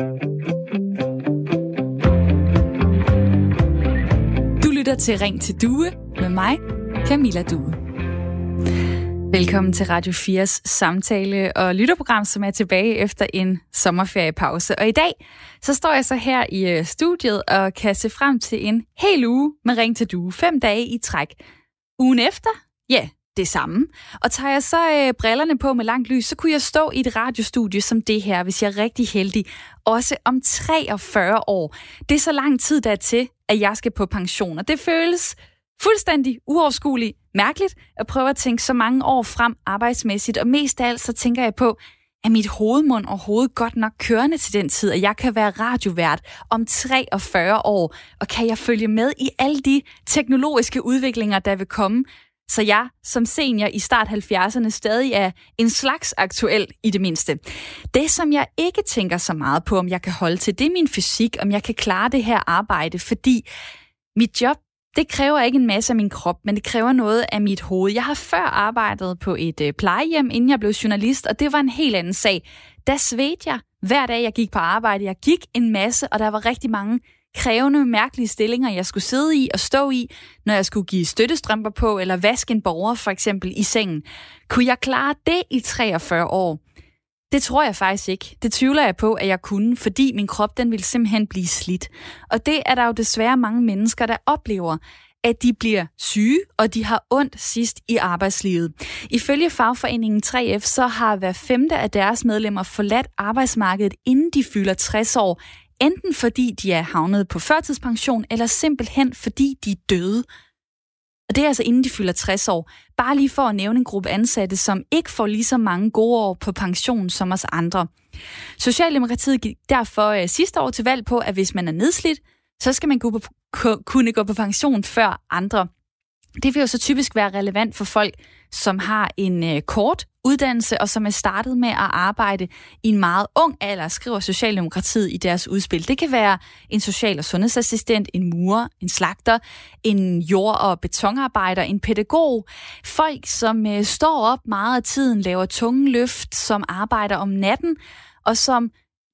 Du lytter til Ring til Due med mig, Camilla Due. Velkommen til Radio 4's samtale- og lytterprogram, som er tilbage efter en sommerferiepause. Og i dag, så står jeg så her i studiet og kan se frem til en hel uge med Ring til Due. 5 dage i træk. Ugen efter, ja, det samme. Og tager jeg så brillerne på med langt lys, så kunne jeg stå i et radiostudie som det her, hvis jeg er rigtig heldig, også om 43 år. Det er så lang tid, der er til, at jeg skal på pension, og det føles fuldstændig uoverskueligt mærkeligt at prøve at tænke så mange år frem arbejdsmæssigt, og mest af alt så tænker jeg på, er mit hovedmund overhovedet godt nok kørende til den tid, at jeg kan være radiovært om 43 år, og kan jeg følge med i alle de teknologiske udviklinger, der vil komme, så jeg som senior i start 70'erne stadig er en slags aktuel i det mindste. Det, som jeg ikke tænker så meget på, om jeg kan holde til, det er min fysik, om jeg kan klare det her arbejde, fordi mit job, det kræver ikke en masse af min krop, men det kræver noget af mit hoved. Jeg har før arbejdet på et plejehjem, inden jeg blev journalist, og det var en helt anden sag. Der svedte jeg hver dag, jeg gik på arbejde. Jeg gik en masse, og der var rigtig mange krævende, mærkelige stillinger, jeg skulle sidde i og stå i, når jeg skulle give støttestrømper på, eller vaske en borger for eksempel i sengen. Kunne jeg klare det i 43 år? Det tror jeg faktisk ikke. Det tvivler jeg på, at jeg kunne, fordi min krop, den ville simpelthen blive slidt. Og det er der jo desværre mange mennesker, der oplever, at de bliver syge, og de har ondt sidst i arbejdslivet. Ifølge fagforeningen 3F, så har hver 5. af deres medlemmer forladt arbejdsmarkedet, inden de fylder 60 år, enten fordi de er havnet på førtidspension, eller simpelthen fordi de er døde. Og det er altså inden de fylder 60 år. Bare lige for at nævne en gruppe ansatte, som ikke får lige så mange gode år på pension som os andre. Socialdemokratiet gik derfor sidste år til valg på, at hvis man er nedslidt, så skal man kunne gå på pension før andre. Det vil jo så typisk være relevant for folk, som har en kort uddannelse, og som er startet med at arbejde i en meget ung alder, skriver Socialdemokratiet i deres udspil. Det kan være en social- og sundhedsassistent, en murer, en slagter, en jord- og betonarbejder, en pædagog. Folk, som står op meget af tiden, laver tunge løft, som arbejder om natten, og som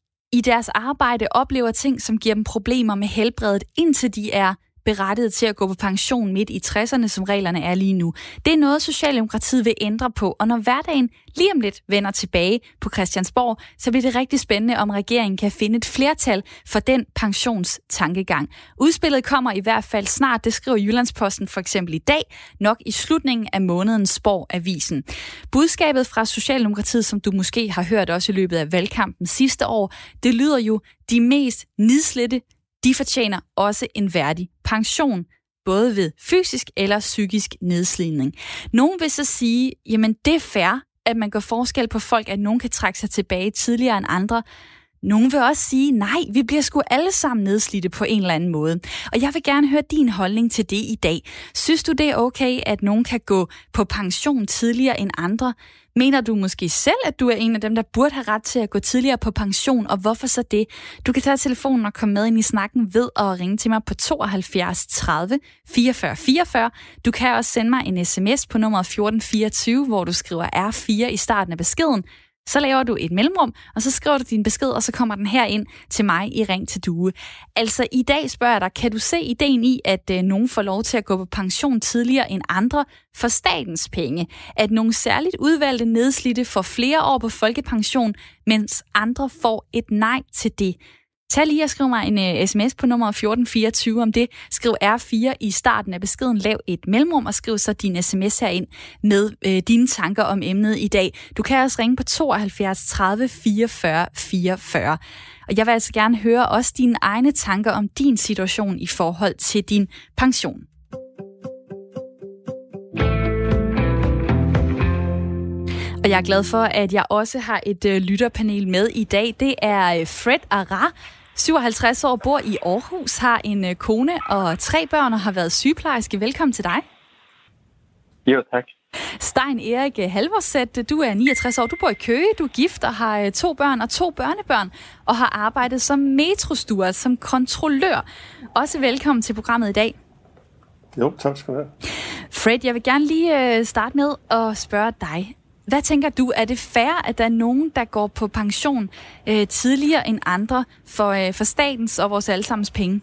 i deres arbejde oplever ting, som giver dem problemer med helbredet, indtil de er berettiget til at gå på pension midt i 60'erne, som reglerne er lige nu. Det er noget, Socialdemokratiet vil ændre på, og når hverdagen lige om lidt vender tilbage på Christiansborg, så bliver det rigtig spændende, om regeringen kan finde et flertal for den pensionstankegang. Udspillet kommer i hvert fald snart, det skriver Jyllandsposten for eksempel i dag, nok i slutningen af måneden, spår avisen. Budskabet fra Socialdemokratiet, som du måske har hørt også i løbet af valgkampen sidste år, det lyder jo: de mest nedslidte, de fortjener også en værdig pension, både ved fysisk eller psykisk nedslidning. Nogen vil så sige, jamen det er fair, at man gør forskel på folk, at nogen kan trække sig tilbage tidligere end andre. Nogen vil også sige, nej, vi bliver sgu alle sammen nedslidte på en eller anden måde. Og jeg vil gerne høre din holdning til det i dag. Synes du, det er okay, at nogen kan gå på pension tidligere end andre? Mener du måske selv, at du er en af dem, der burde have ret til at gå tidligere på pension, og hvorfor så det? Du kan tage telefonen og komme med ind i snakken ved at ringe til mig på 72 30 44 44. Du kan også sende mig en sms på nummer 1424, hvor du skriver R4 i starten af beskeden. Så laver du et mellemrum, og så skriver du din besked, og så kommer den her ind til mig i Ring til Due. Altså i dag spørger jeg dig, kan du se ideen i, at nogen får lov til at gå på pension tidligere end andre for statens penge? At nogle særligt udvalgte nedslidte får flere år på folkepension, mens andre får et nej til det? Tag lige og skriv mig en sms på nummer 1424 om det. Skriv R4 i starten af beskeden. Lav et mellemrum og skriv så din sms herind med dine tanker om emnet i dag. Du kan også ringe på 72 30 44 44. Og jeg vil altså gerne høre også dine egne tanker om din situation i forhold til din pension. Og jeg er glad for, at jeg også har et lytterpanel med i dag. Det er Fred Ara, 57 år, bor i Aarhus, har en kone og 3 børn og har været sygeplejerske. Velkommen til dig. Jo, tak. Stein Erik Halvorset, du er 69 år, du bor i Køge, du er gift og har 2 børn og 2 børnebørn, og har arbejdet som metrosteward, som kontrollør. Også velkommen til programmet i dag. Jo, tak skal du have. Fred, jeg vil gerne lige starte med at spørge dig. Hvad tænker du, er det fair, at der er nogen, der går på pension tidligere end andre for statens og vores allesammens penge?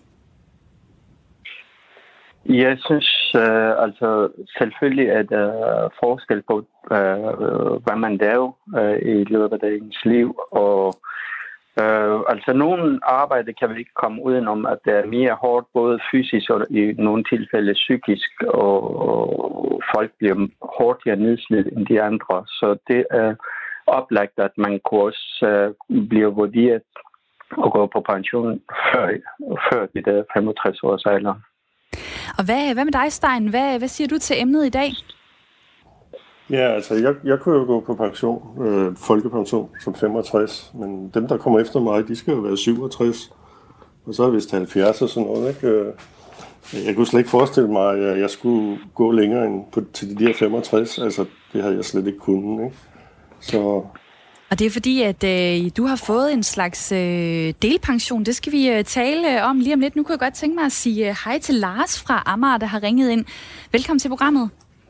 Jeg synes selvfølgelig, at der er forskel på, hvad man laver i løbet af ens liv. Og nogle arbejde kan vi ikke komme udenom, at det er mere hårdt, både fysisk og i nogle tilfælde psykisk, og folk bliver hurtigere nedslidt end de andre. Så det er oplagt, at man kunne også blive vurderet og gå på pension før de der 65 års alder. Og hvad med dig, Stein? Hvad siger du til emnet i dag? Ja, altså jeg kunne jo gå på pension, folkepension som 65, men dem, der kommer efter mig, de skal jo være 67, og så er jeg vist 70 og sådan noget, ikke? Jeg kunne slet ikke forestille mig, at jeg skulle gå længere end til de der 65, altså det havde jeg slet ikke kunnet, ikke? Så... Og det er fordi, at du har fået en slags delpension. Det skal vi tale om lige om lidt. Nu kunne jeg godt tænke mig at sige hej til Lars fra Amager, der har ringet ind. Velkommen til programmet.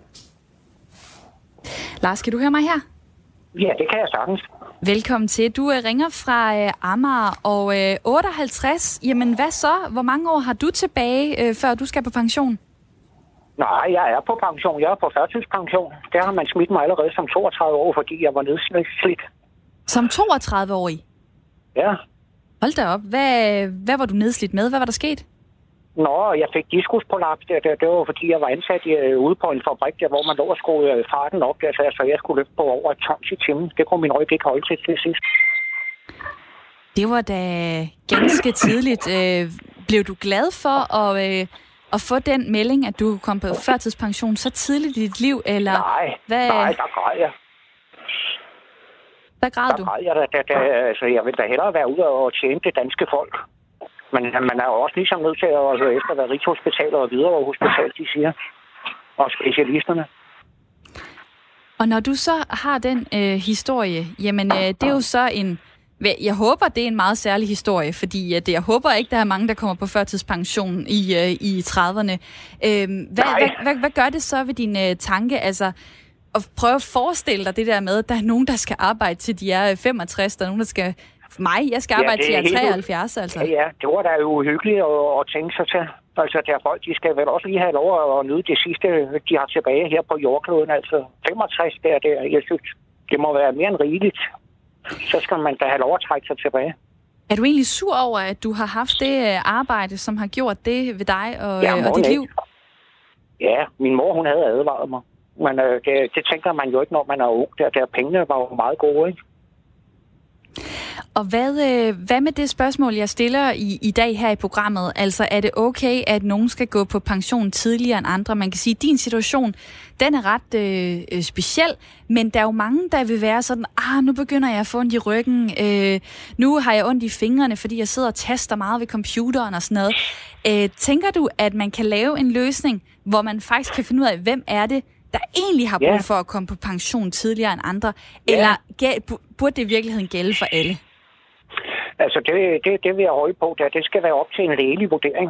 Lars, kan du høre mig her? Ja, det kan jeg sagtens. Velkommen til. Du ringer fra Amager, og 58. Jamen, hvad så? Hvor mange år har du tilbage, før du skal på pension? Nej, jeg er på pension. Jeg er på førtidspension. Der har man smidt mig allerede som 32 år, fordi jeg var nedslidt. Som 32-årig? Ja. Hold da op. Hvad var du nedslidt med? Hvad var der sket? Jeg fik diskusprolaps. Det var fordi, jeg var ansat ude på en fabrik, der, hvor man lå og skruede farten op, så jeg skulle løfte på over 1 ton i timen. Det kunne min ryg ikke holde til sidst. Det var da ganske tidligt. Blev du glad for at få den melding, at du kom på førtidspension så tidligt i dit liv? Eller Nej, der græd jeg. Hvad græd du? Der græd jeg. Altså, jeg vil da hellere være ude og tjene det danske folk. Men man er jo også ligesom nødt til at høre efter, hvad Rigshospitalet og Hvidovre Hospital, de siger. Og specialisterne. Og når du så har den historie, jamen det er jo så en... Jeg håber, det er en meget særlig historie, fordi jeg håber ikke, der er mange, der kommer på førtidspension i 30'erne. Hvad gør det så ved din tanke? Altså, at prøve at forestille dig det der med, at der er nogen, der skal arbejde til de er 65, der er nogen, der skal... Jeg skal arbejde til jeg er 73, altså. Ja, det var da jo uhyggeligt at tænke sig til. Altså, der folk, de skal vel også lige have lov at nyde det sidste, de har tilbage her på jordkloden. Altså, 65, jeg synes, det må være mere end rigeligt. Så skal man da have lov at trække sig tilbage. Er du egentlig sur over, at du har haft det arbejde, som har gjort det ved dig og dit liv? Ja, min mor, hun havde advaret mig. Men det tænker man jo ikke, når man er ung. Der pengene var jo meget gode, ikke? Og hvad med det spørgsmål, jeg stiller i dag her i programmet? Altså, er det okay, at nogen skal gå på pension tidligere end andre? Man kan sige, at din situation, den er ret speciel, men der er jo mange, der vil være sådan, nu begynder jeg at få ondt i ryggen, nu har jeg ondt i fingrene, fordi jeg sidder og taster meget ved computeren og sådan noget. Tænker du, at man kan lave en løsning, hvor man faktisk kan finde ud af, hvem er det, der egentlig har brug for at komme på pension tidligere end andre? Eller burde det i virkeligheden gælde for alle? Altså, det vil jeg holde på. Det skal være op til en lægelig vurdering.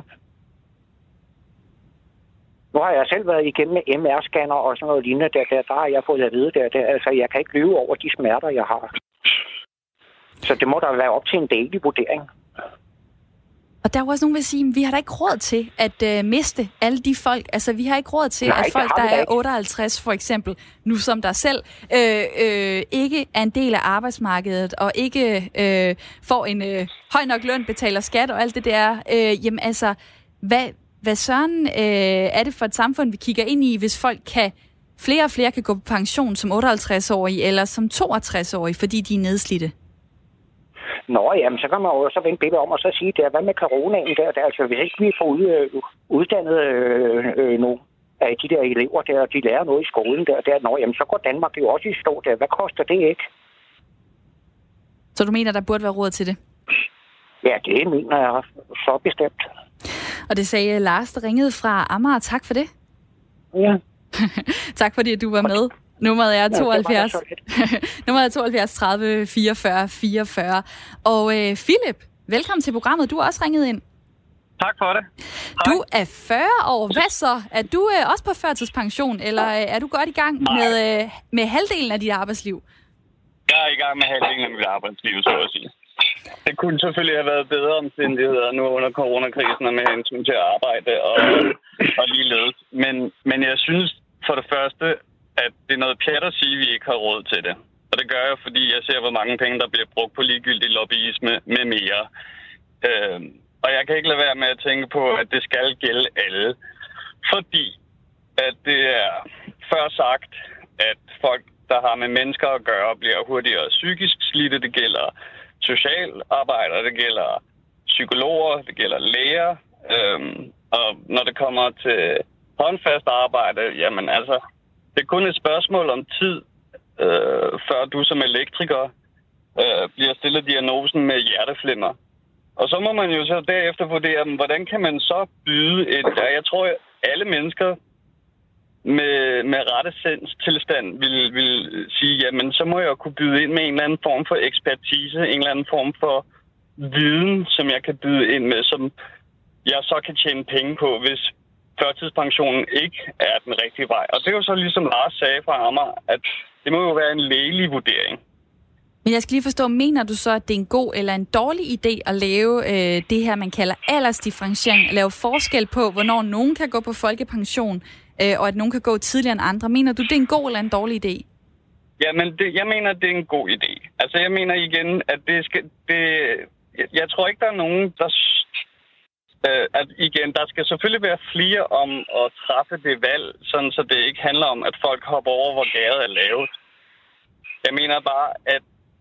Nu har jeg selv været igennem med MR-scanner og sådan noget lignende. Der har jeg fået at vide, altså, jeg kan ikke lyve over de smerter, jeg har. Så det må da være op til en lægelig vurdering. Og der er også nogen, der vil sige, at vi har da ikke råd til at miste alle de folk. Altså, vi har ikke råd til, at folk, der er 58 for eksempel, nu som dig selv, ikke er en del af arbejdsmarkedet, og ikke får en høj nok løn, betaler skat og alt det der. Jamen altså, hvad søren er det for et samfund, vi kigger ind i, hvis folk flere og flere kan gå på pension som 58-årige, eller som 62-årige, fordi de er nedslidte? Jamen, så kan man jo så vende billedet om og så sige, hvad med coronaen der? Altså, hvis ikke vi får uddannet nogle af de der elever der, de lærer noget i skolen jamen, så går Danmark jo også i stå der. Hvad koster det ikke? Så du mener, der burde være råd til det? Ja, det mener jeg så bestemt. Og det sagde Lars, der ringede fra Amager. Tak for det. Ja. Tak fordi du var med. Nummeret er 72. Nummeret er 72 30 44 44. Og Philip, velkommen til programmet. Du har også ringet ind. Tak for det. Hej. Du er 40 år. Hvad så? Er du også på førtidspension, eller er du godt i gang med halvdelen af dit arbejdsliv? Jeg er i gang med halvdelen af mit arbejdsliv, så at sige. Det kunne selvfølgelig have været bedre omstændigheder nu under coronakrisen og med hensyn til at arbejde og ligeledes. Men jeg synes for det første, at det er noget pjat at sige, at vi ikke har råd til det. Og det gør jeg, fordi jeg ser, hvor mange penge, der bliver brugt på ligegyldig lobbyisme med mere. Og jeg kan ikke lade være med at tænke på, at det skal gælde alle. Fordi at det er før sagt, at folk, der har med mennesker at gøre, bliver hurtigere psykisk slidte. Det gælder socialarbejdere, det gælder psykologer, det gælder læger. Og når det kommer til håndfast arbejde, jamen altså, det er kun et spørgsmål om tid, før du som elektriker bliver stillet diagnosen med hjerteflimmer. Og så må man jo så derefter vurdere, hvordan kan man så byde jeg tror, at alle mennesker med rette sindstilstand vil sige, jamen så må jeg jo kunne byde ind med en eller anden form for ekspertise, en eller anden form for viden, som jeg kan byde ind med, som jeg så kan tjene penge på, hvis førtidspensionen ikke er den rigtige vej. Og det er jo så ligesom Lars sagde fra Amager, at det må jo være en lægelig vurdering. Men jeg skal lige forstå, mener du så, at det er en god eller en dårlig idé at lave det her, man kalder aldersdifferentiering, at lave forskel på, hvornår nogen kan gå på folkepension, og at nogen kan gå tidligere end andre? Mener du, det er en god eller en dårlig idé? Jamen, jeg mener, det er en god idé. Altså, jeg mener igen, at jeg tror ikke, der er nogen, der... der skal selvfølgelig være flere om at træffe det valg, sådan så det ikke handler om, at folk hopper over, hvor gæret er lavet. Jeg mener bare, at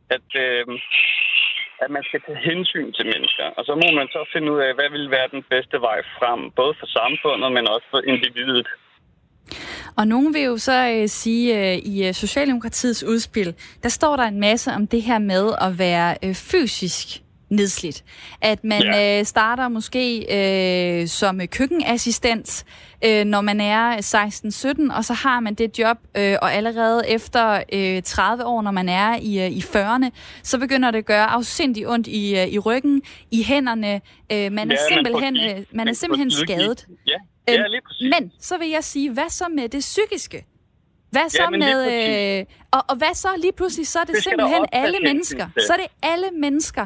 man skal tage hensyn til mennesker. Og så må man så finde ud af, hvad vil være den bedste vej frem, både for samfundet, men også for individet. Og nogen vil jo så sige, i Socialdemokratiets udspil, der står der en masse om det her med at være fysisk nedslidt. At man starter måske som køkkenassistent, når man er 16-17, og så har man det job, og allerede efter 30 år, når man er i 40'erne, så begynder det at gøre afsindig ondt i ryggen, i hænderne. Man er simpelthen skadet. Ja, lige præcis. Men så vil jeg sige, hvad så med det psykiske? Hvad så med... Og hvad så lige pludselig, så er det simpelthen alle mennesker. Så er det alle mennesker,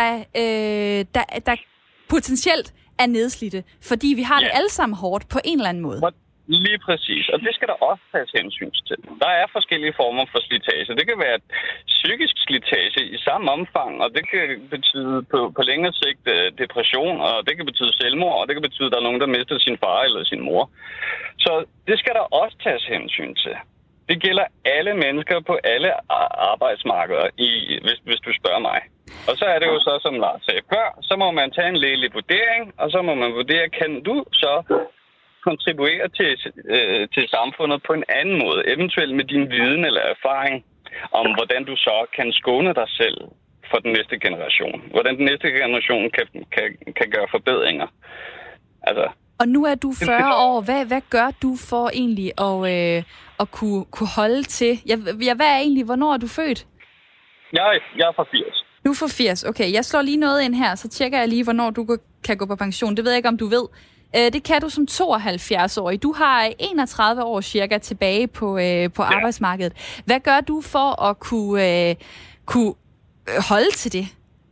der potentielt er nedslidte, fordi vi har det alle sammen hårdt på en eller anden måde. Lige præcis, og det skal der også tages hensyn til. Der er forskellige former for slitage. Det kan være psykisk slitage i samme omfang, og det kan betyde på længere sigt depression, og det kan betyde selvmord, og det kan betyde, at der er nogen, der mister sin far eller sin mor. Så det skal der også tages hensyn til. Det gælder alle mennesker på alle arbejdsmarkeder, hvis du spørger mig. Og så er det jo så, som Lars sagde før, så må man tage en lægelig vurdering, og så må man vurdere, kan du så kontribuere til samfundet på en anden måde, eventuelt med din viden eller erfaring, om hvordan du så kan skåne dig selv for den næste generation. Hvordan den næste generation kan gøre forbedringer. Altså, og nu er du 40 år. Hvad gør du for egentlig at kunne holde til? Hvad er egentlig, hvornår er du født? Jeg er fra 80. Du er fra 80, okay. Jeg slår lige noget ind her, så tjekker jeg lige, hvornår du kan gå på pension. Det ved jeg ikke, om du ved. Det kan du som 72-årig. Du har 31 år cirka tilbage på arbejdsmarkedet. Hvad gør du for at kunne holde til det?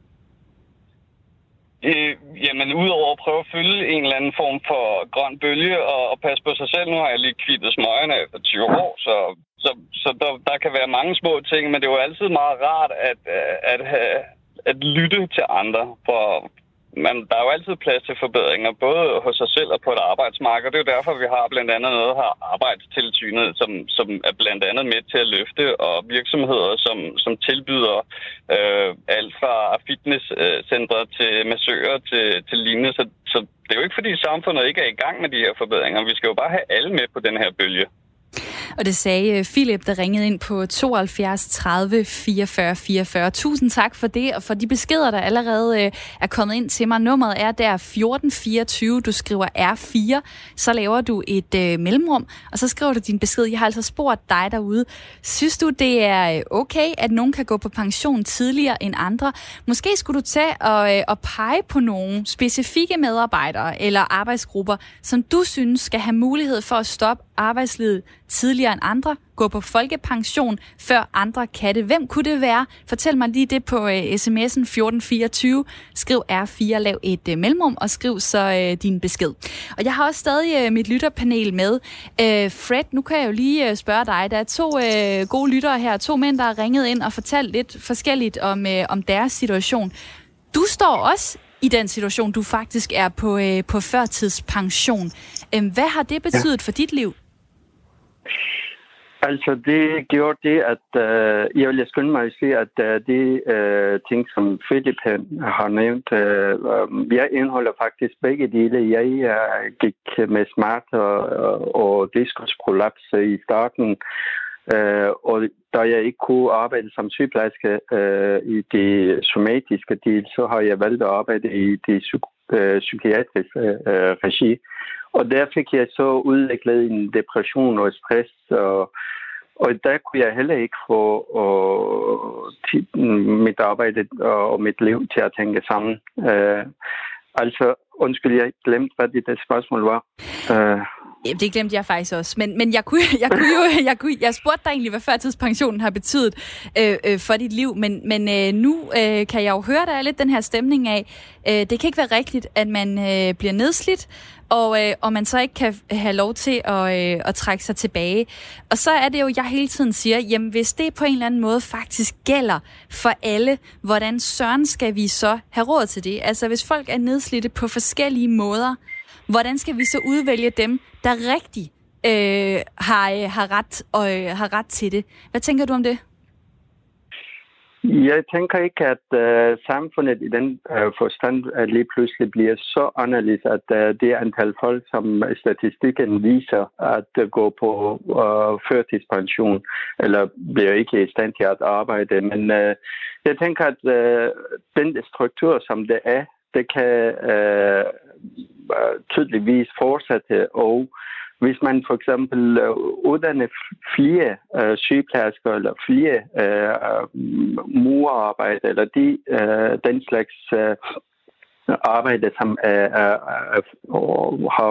Jamen, udover at prøve at følge en eller anden form for grøn bølge og passe på sig selv. Nu har jeg lige kvittet smøgerne efter 20 år, så der kan være mange små ting, men det er jo altid meget rart at lytte til andre, for der er jo altid plads til forbedringer, både hos sig selv og på et arbejdsmarked. Det er jo derfor, vi har blandt andet noget her Arbejdstilsynet, som er blandt andet med til at løfte, og virksomheder, som tilbyder alt fra fitnesscentre til massører til lignende. Så det er jo ikke, fordi samfundet ikke er i gang med de her forbedringer. Vi skal jo bare have alle med på den her bølge. Og det sagde Philip, der ringede ind på 72 30 44 44. Tusind tak for det, og for de beskeder, der allerede er kommet ind til mig. Nummeret er der 1424. Du skriver R4, så laver du et mellemrum, og så skriver du din besked. Jeg har altså spurgt dig derude. Synes du, det er okay, at nogen kan gå på pension tidligere end andre? Måske skulle du tage og pege på nogle specifikke medarbejdere eller arbejdsgrupper, som du synes skal have mulighed for at stoppe arbejdslivet tidligere end andre, gå på folkepension før andre kan det. Hvem kunne det være? Fortæl mig lige det på sms'en 1424. Skriv R4, lav et mellemrum og skriv så din besked. Og jeg har også stadig mit lytterpanel med. Fred, nu kan jeg jo lige spørge dig. Der er to gode lyttere her, 2 mænd, der har ringet ind og fortalt lidt forskelligt om deres situation. Du står også i den situation, du faktisk er på førtidspension. Hvad har det betydet for dit liv? Altså, det gjorde det, at jeg vil skynde mig at sige, at de ting, som Philip har nævnt, jeg indeholder faktisk begge dele. Jeg gik med smerte og diskusprolaps i starten, og da jeg ikke kunne arbejde som sygeplejerske i det somatiske del, så har jeg valgt at arbejde i det psykiatriske regi. Og der fik jeg så udviklet en depression og stress, og der kunne jeg heller ikke få mit arbejde og mit liv til at tænke sammen. Altså, undskyld, jeg glemte, hvad det spørgsmål var. Det glemte jeg faktisk også, men jeg spurgte dig egentlig, hvad førtidspensionen har betydet for dit liv, men nu kan jeg jo høre, der er lidt den her stemning af, det kan ikke være rigtigt, at man bliver nedslidt, og man så ikke kan have lov til at trække sig tilbage. Og så er det jo, jeg hele tiden siger, jamen hvis det på en eller anden måde faktisk gælder for alle, hvordan søren skal vi så have råd til det? Altså hvis folk er nedslidte på forskellige måder, hvordan skal vi så udvælge dem, der rigtig har ret til det? Hvad tænker du om det? Jeg tænker ikke, at samfundet i den forstand lige pludselig bliver så anderledes, at det antal folk, som statistikken viser, at gå på førtidspension, eller bliver ikke i stand til at arbejde. Men jeg tænker, at den struktur, som det er, det kan tydeligvis fortsætte, og hvis man for eksempel uddanner flere sygeplejersker eller flere murerarbejder eller den slags arbejde, som har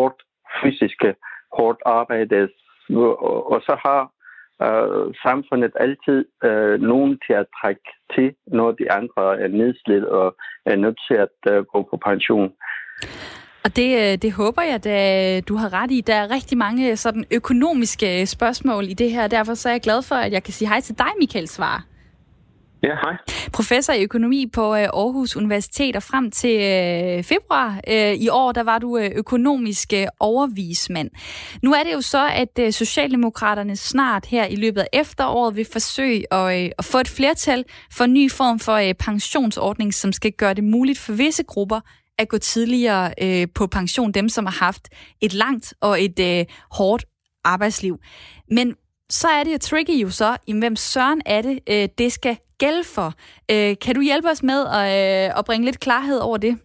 hårdt arbejde, og så har samfundet altid nogen til at trække til, når de andre er nedslidt og er nødt til at gå på pension. Og det håber jeg, at du har ret i. Der er rigtig mange sådan økonomiske spørgsmål i det her, derfor så er jeg glad for, at jeg kan sige hej til dig, Michael Svarer. Ja, hej. Professor i økonomi på Aarhus Universitet, og frem til februar i år, der var du økonomisk overvismand. Nu er det jo så, at Socialdemokraterne snart her i løbet af efteråret vil forsøge at få et flertal for en ny form for pensionsordning, som skal gøre det muligt for visse grupper at gå tidligere på pension, dem som har haft et langt og et hårdt arbejdsliv. Men så er det jo tricky jo så, hvem søren er det, det skal gælde for. Kan du hjælpe os med at bringe lidt klarhed over det?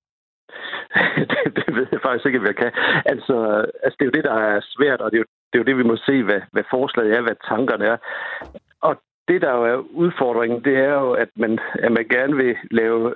Det ved jeg faktisk ikke, hvad jeg kan. Altså, det er jo det, der er svært, og det er jo det, vi må se, hvad forslaget er, hvad tankerne er. Og det, der jo er udfordringen, det er jo, at man gerne vil lave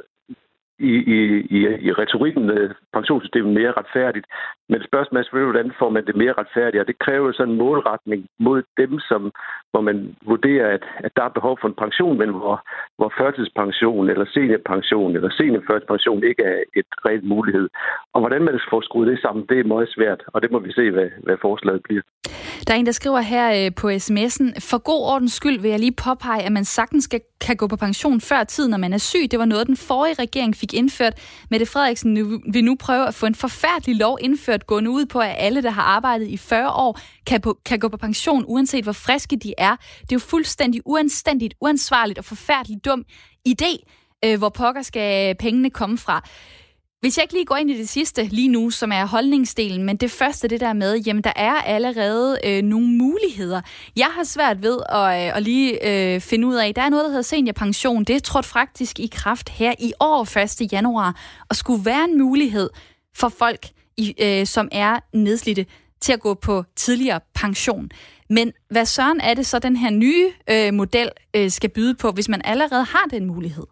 i retorikken pensionssystemet mere retfærdigt. Men spørgsmålet er selvfølgelig, hvordan får man det mere retfærdigt, og det kræver sådan en målretning mod dem, hvor man vurderer, at der er behov for en pension, men hvor førtidspension eller seniorpension eller seniorførtidspension ikke er et reelt mulighed. Og hvordan man får skruet det sammen, det er meget svært, og det må vi se, hvad forslaget bliver. Der er en, der skriver her på sms'en, for god ordens skyld vil jeg lige påpege, at man sagtens kan gå på pension før tid, når man er syg. Det var noget, den forrige regering fik indført. Mette Frederiksen vil nu prøve at få en forfærdelig lov indført, gående ud på, at alle, der har arbejdet i 40 år, kan gå på pension, uanset hvor friske de er. Det er jo fuldstændig uanstændigt, uansvarligt og forfærdeligt dum idé, hvor pokker skal pengene komme fra. Hvis jeg ikke lige går ind i det sidste lige nu, som er holdningsdelen, men det første, det der med, jamen der er allerede nogle muligheder. Jeg har svært ved at lige finde ud af, der er noget, der hedder seniorpension. Det er trådt faktisk i kraft her i år, 1. januar, og skulle være en mulighed for folk, som er nedslidte, til at gå på tidligere pension. Men hvad søren er det så, den her nye model skal byde på, hvis man allerede har den mulighed?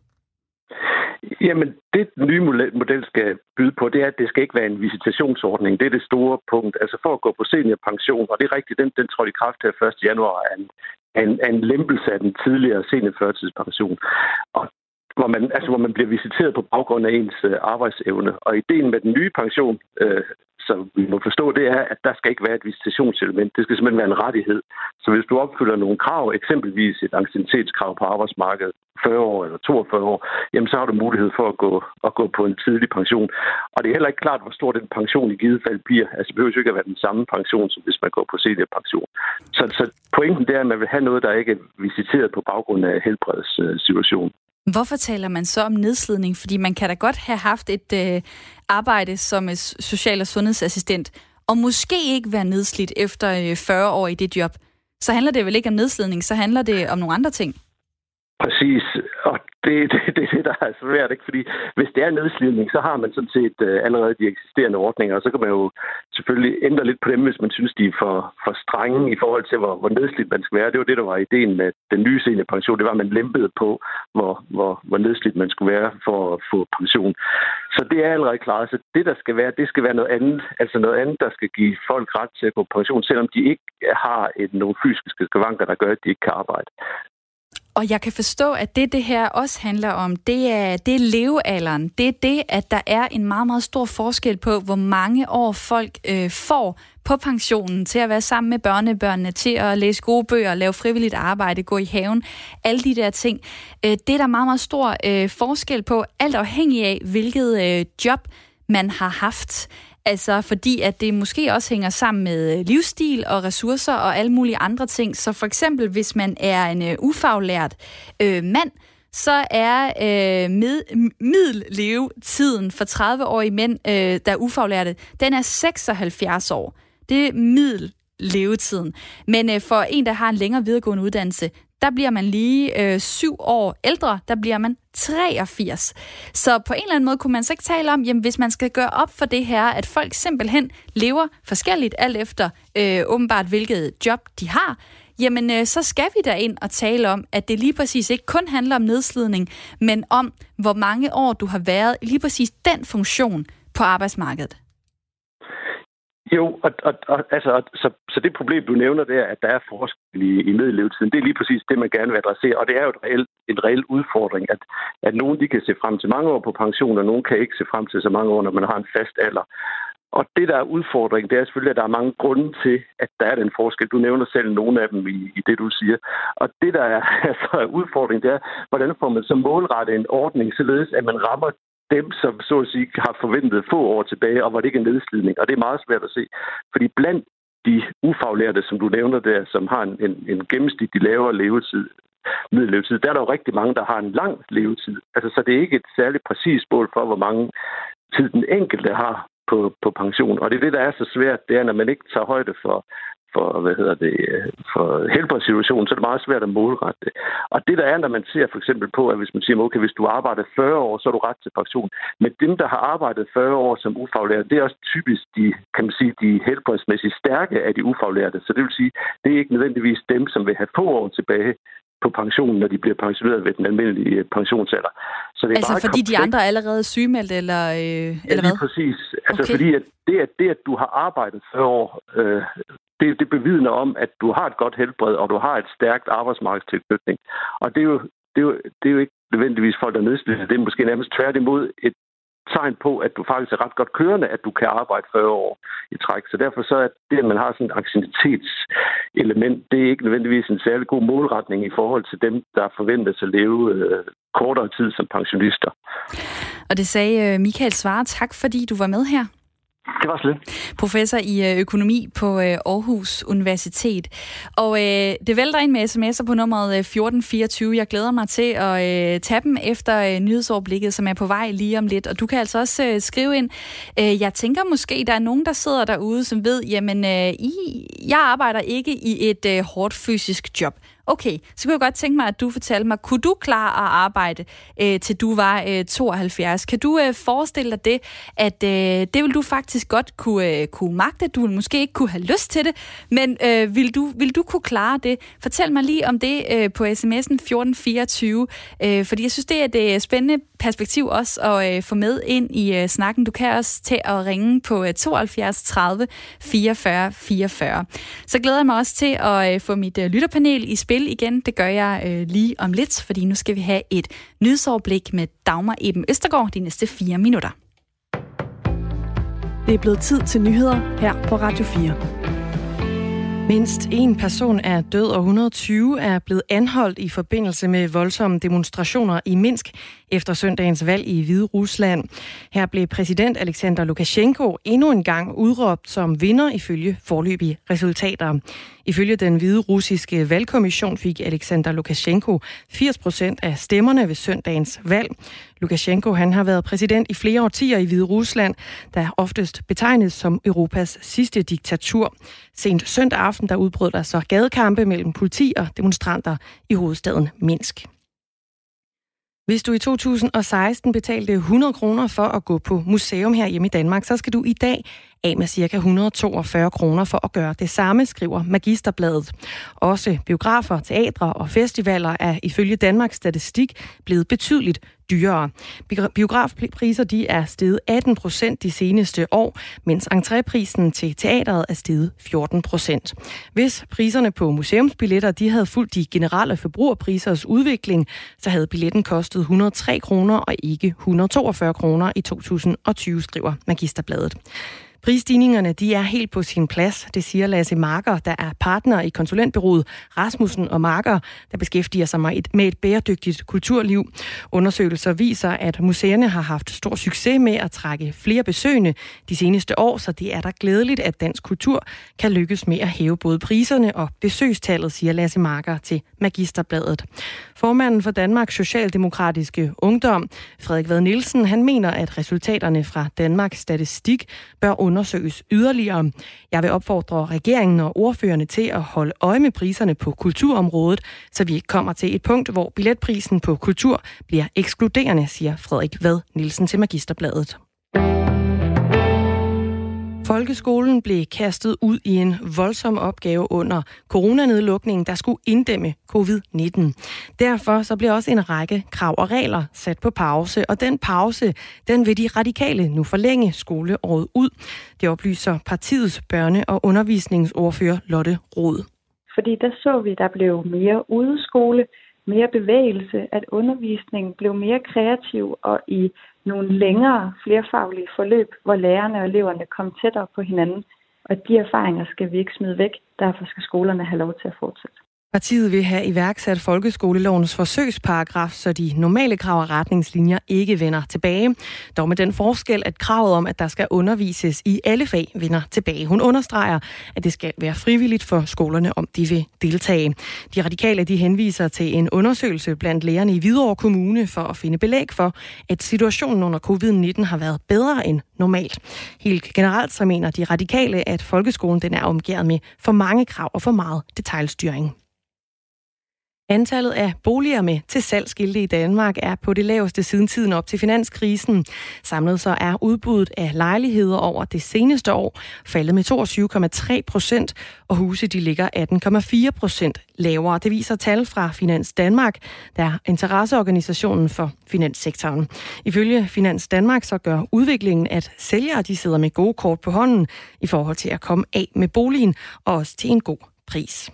Jamen, det nye model skal byde på, det er, at det skal ikke være en visitationsordning. Det er det store punkt. Altså for at gå på seniorpension, og det er rigtigt, den trådte i kraft her 1. januar, er en lempelse af den tidligere seniorførtidspension. Og hvor man bliver visiteret på baggrund af ens arbejdsevne. Og ideen med den nye pension, så vi må forstå, det er, at der skal ikke være et visitationselement. Det skal simpelthen være en rettighed. Så hvis du opfylder nogle krav, eksempelvis et anciennitetskrav på arbejdsmarkedet, 40 år eller 42 år, jamen så har du mulighed for at gå på en tidlig pension. Og det er heller ikke klart, hvor stor den pension i givet fald bliver. Altså det behøver jo ikke at være den samme pension, som hvis man går på seniorpension. Så pointen det er, at man vil have noget, der ikke er visiteret på baggrund af helbredssituationen. Hvorfor taler man så om nedslidning? Fordi man kan da godt have haft et arbejde som social- og sundhedsassistent, og måske ikke være nedslidt efter 40 år i det job. Så handler det vel ikke om nedslidning, så handler det om nogle andre ting. Præcis, og det er det, der er svært, ikke? Fordi hvis det er nedslidning, så har man sådan set allerede de eksisterende ordninger, og så kan man jo selvfølgelig ændre lidt på dem, hvis man synes, de er for strenge i forhold til, hvor nedslidt man skal være. Det var det, der var ideen med den nye seniorpension. Det var, at man lempede på, hvor nedslidt man skulle være for at få pension. Så det er allerede klart. Så det skal være noget andet, altså noget andet, der skal give folk ret til at gå på pension, selvom de ikke har nogle fysiske skavanker, der gør, at de ikke kan arbejde. Og jeg kan forstå, at det her også handler om, det er levealderen. Det er det, at der er en meget, meget stor forskel på, hvor mange år folk får på pensionen til at være sammen med børnebørnene, til at læse gode bøger, lave frivilligt arbejde, gå i haven, alle de der ting. Det er der meget, meget stor forskel på, alt afhængig af, hvilket job man har haft. Altså fordi, at det måske også hænger sammen med livsstil og ressourcer og alle mulige andre ting. Så for eksempel, hvis man er en ufaglært mand, så er middellevetiden for 30-årige mænd, der er ufaglærte, den er 76 år. Det er middellevetiden. Men for en, der har en længere videregående uddannelse, der bliver man lige 7 år ældre, der bliver man 83. Så på en eller anden måde kunne man så ikke tale om, jamen hvis man skal gøre op for det her, at folk simpelthen lever forskelligt, alt efter åbenbart hvilket job de har, jamen så skal vi da ind og tale om, at det lige præcis ikke kun handler om nedslidning, men om, hvor mange år du har været i lige præcis den funktion på arbejdsmarkedet. Jo, så det problem, du nævner der, at der er forskel i middellevetiden, det er lige præcis det, man gerne vil adressere, og det er jo en reel udfordring, at nogen de kan se frem til mange år på pension, og nogen kan ikke se frem til så mange år, når man har en fast alder. Og det, der er udfordringen, det er selvfølgelig, at der er mange grunde til, at der er den forskel. Du nævner selv nogle af dem i det, du siger. Og det, der er udfordringen, det er, hvordan får man så målrettet en ordning, således at man rammer dem, som så at sige har forventet få år tilbage, og hvor det ikke er nedslidning. Og det er meget svært at se. Fordi blandt de ufaglærte, som du nævner der, som har en gennemsnitlig lavere levetid, middellevetid, der er der jo rigtig mange, der har en lang levetid. Altså, så det er ikke et særligt præcist mål for, hvor mange tid den enkelte har på pension. Og det er det, der er så svært, det er, når man ikke tager højde for helbredssituationen, så er det meget svært at målrette det. Og det der er, når man ser for eksempel på, at hvis man siger, okay, hvis du har arbejdet 40 år, så er du ret til pension. Men dem, der har arbejdet 40 år som ufaglærte, det er også typisk de helbredsmæssigt stærke af de ufaglærte. Så det vil sige, det er ikke nødvendigvis dem, som vil have få år tilbage på pensionen, når de bliver pensioneret ved den almindelige pensionsalder. Så det er altså fordi de andre er allerede sygemeldt, eller hvad? Lige præcis. Altså okay. Fordi det, at du har arbejdet 40 år, det bevidner om, at du har et godt helbred, og du har et stærkt arbejdsmarkedstilknytning. Og det er jo ikke nødvendigvis folk, der er nedslidte. Det er måske nærmest tværtimod et tegn på, at du faktisk er ret godt kørende, at du kan arbejde 40 år i træk. Så derfor så er det, at man har sådan et anciennitetselement, det er ikke nødvendigvis en særlig god målretning i forhold til dem, der forventes at leve kortere tid som pensionister. Og det sagde Michael Svarer. Tak, fordi du var med her. Det var slet. Professor i økonomi på Aarhus Universitet. Og det vælter ind med sms'er på nummeret 1424. Jeg glæder mig til at tage dem efter nyhedsoverblikket, som er på vej lige om lidt. Og du kan altså også skrive ind. Jeg tænker måske, der er nogen, der sidder derude, som ved, jamen, jeg arbejder ikke i et hårdt fysisk job. Okay, så kunne jeg godt tænke mig, at du fortalte mig, kunne du klare at arbejde, til du var 72? Kan du forestille dig det, at det vil du faktisk godt kunne magte? Du vil måske ikke kunne have lyst til det, men vil du kunne klare det? Fortæl mig lige om det på sms'en 1424, fordi jeg synes, det er et spændende perspektiv også at få med ind i snakken. Du kan også til at ringe på 72 30 44 44. Så glæder jeg mig også til at få mit lytterpanel i spil igen. Det gør jeg lige om lidt, fordi nu skal vi have et nyhedsoverblik med Dagmar Eben Østergaard de næste 4 minutter. Det er blevet tid til nyheder her på Radio 4. Mindst en person er død, og 120 er blevet anholdt i forbindelse med voldsomme demonstrationer i Minsk efter søndagens valg i Hvide Rusland. Her blev præsident Alexander Lukashenko endnu en gang udråbt som vinder ifølge foreløbige resultater. Ifølge den hvide russiske valgkommission fik Alexander Lukashenko 80% af stemmerne ved søndagens valg. Lukashenko han har været præsident i flere årtier i Hvide Rusland, der oftest betegnes som Europas sidste diktatur. Sent søndag aften der udbrød der så gadekampe mellem politi og demonstranter i hovedstaden Minsk. Hvis du i 2016 betalte 100 kroner for at gå på museum her hjemme i Danmark, så skal du i dag af med ca. 142 kroner for at gøre det samme, skriver Magisterbladet. Også biografer, teatre og festivaler er ifølge Danmarks Statistik blevet betydeligt dyrere. Biografpriser de er steget 18% de seneste år, mens entréprisen til teateret er steget 14%. Hvis priserne på museumsbilletter de havde fulgt de generelle forbrugerprisers udvikling, så havde billetten kostet 103 kroner og ikke 142 kroner i 2020, skriver Magisterbladet. Prisstigningerne de er helt på sin plads, det siger Lasse Marker, der er partner i konsulentbureauet Rasmussen og Marker, der beskæftiger sig med et bæredygtigt kulturliv. Undersøgelser viser, at museerne har haft stor succes med at trække flere besøgende de seneste år, så det er da glædeligt, at dansk kultur kan lykkes med at hæve både priserne og besøgstallet, siger Lasse Marker til Magisterbladet. Formanden for Danmarks Socialdemokratiske Ungdom, Frederik Vad Nielsen, han mener, at resultaterne fra Danmarks Statistik bør undersøges yderligere. Jeg vil opfordre regeringen og ordførerne til at holde øje med priserne på kulturområdet, så vi ikke kommer til et punkt, hvor billetprisen på kultur bliver ekskluderende, siger Frederik Vad Nielsen til Magisterbladet. Folkeskolen blev kastet ud i en voldsom opgave under coronanedlukningen, der skulle inddæmme covid-19. Derfor så bliver også en række krav og regler sat på pause, og den pause, den vil de radikale nu forlænge skoleåret ud. Det oplyser partiets børne- og undervisningsordfører Lotte Rod. Fordi der så vi, der blev mere udeskole, mere bevægelse, at undervisningen blev mere kreativ og i nogle længere flerfaglige forløb, hvor lærerne og eleverne kom tættere på hinanden. Og de erfaringer skal vi ikke smide væk, derfor skal skolerne have lov til at fortsætte. Partiet vil have iværksat folkeskolelovens forsøgsparagraf, så de normale krav og retningslinjer ikke vender tilbage. Dog med den forskel, at kravet om, at der skal undervises i alle fag, vender tilbage. Hun understreger, at det skal være frivilligt for skolerne, om de vil deltage. De radikale de henviser til en undersøgelse blandt lærerne i Hvidovre Kommune for at finde belæg for, at situationen under covid-19 har været bedre end normalt. Helt generelt så mener de radikale, at folkeskolen den er omgivet med for mange krav og for meget detailstyring. Antallet af boliger med til salgsskilte i Danmark er på det laveste siden tiden op til finanskrisen. Samlet så er udbuddet af lejligheder over det seneste år faldet med 22,3%, og huse de ligger 18,4% lavere. Det viser tal fra Finans Danmark, der er interesseorganisationen for finanssektoren. Ifølge Finans Danmark så gør udviklingen, at sælgere de sidder med gode kort på hånden i forhold til at komme af med boligen og også til en god pris.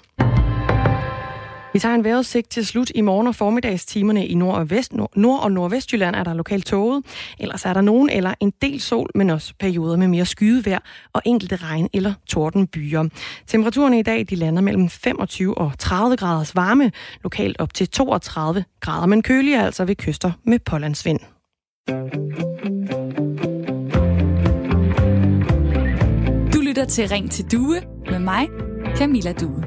Vi tager en vejrudsigt til slut. I morgen og formiddagstimerne i Nord- og Nordvestjylland er der lokalt tåget. Ellers er der nogen eller en del sol, men også perioder med mere skydevejr og enkelte regn- eller tordenbyer. Temperaturerne i dag de lander mellem 25 og 30 graders varme, lokalt op til 32 grader, men køligere altså ved kyster med pålandsvind. til Ring til Due med mig, Camilla Due.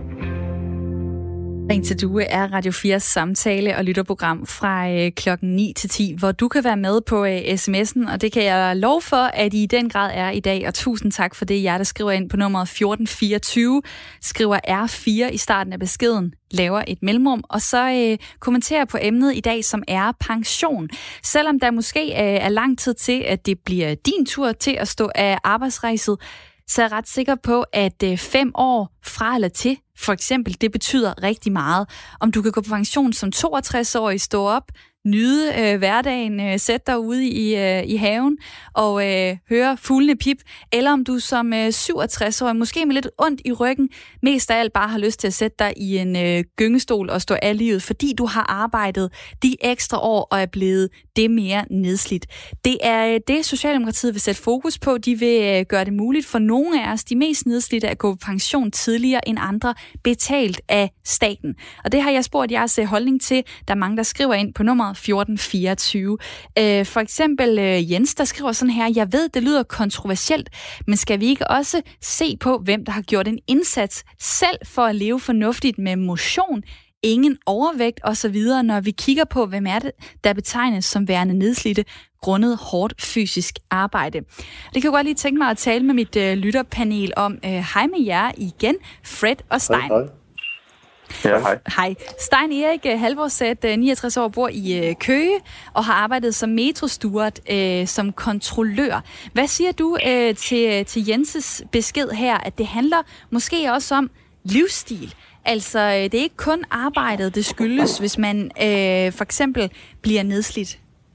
Ring til Due er Radio 4's samtale- og lytterprogram fra klokken 9 til 10, hvor du kan være med på sms'en, og det kan jeg love for, at I den grad er i dag. Og tusind tak for det, jer der skriver ind på nummeret 1424, skriver R4 i starten af beskeden, laver et mellemrum, og så kommenterer på emnet i dag, som er pension. Selvom der måske er lang tid til, at det bliver din tur til at stå af arbejdsrejset, så er jeg ret sikker på, at 5 år fra eller til, for eksempel, det betyder rigtig meget. Om du kan gå på pension som 62-årig, stå op, nyde hverdagen, sætte dig ude i haven og høre fuglene pip, eller om du som 67-årig, måske med lidt ondt i ryggen, mest af alt bare har lyst til at sætte dig i en gyngestol og stå af livet, fordi du har arbejdet de ekstra år og er blevet det mere nedslidt. Det er det, Socialdemokratiet vil sætte fokus på. De vil gøre det muligt for nogle af os, de mest nedslidte, at gå på pension tidligere end andre, betalt af staten. Og det har jeg spurgt jeres holdning til. Der er mange, der skriver ind på nummeret 1424. For eksempel Jens, der skriver sådan her: jeg ved, det lyder kontroversielt, men skal vi ikke også se på, hvem der har gjort en indsats selv for at leve fornuftigt med motion, ingen overvægt osv., når vi kigger på, hvem er det, der betegnes som værende nedslidte grundet hårdt fysisk arbejde. Det kan jeg godt lige tænke mig at tale med mit lytterpanel om. Hej med jer igen, Fred og Stein. Hej. Ja, hej. Hej. Stein Erik Halvorsæt, 69 år, bor i Køge og har arbejdet som metrosteward, som kontrollør. Hvad siger du til Jenses besked her, at det handler måske også om livsstil? Altså, det er ikke kun arbejdet, det skyldes, hvis man for eksempel bliver nedslidt.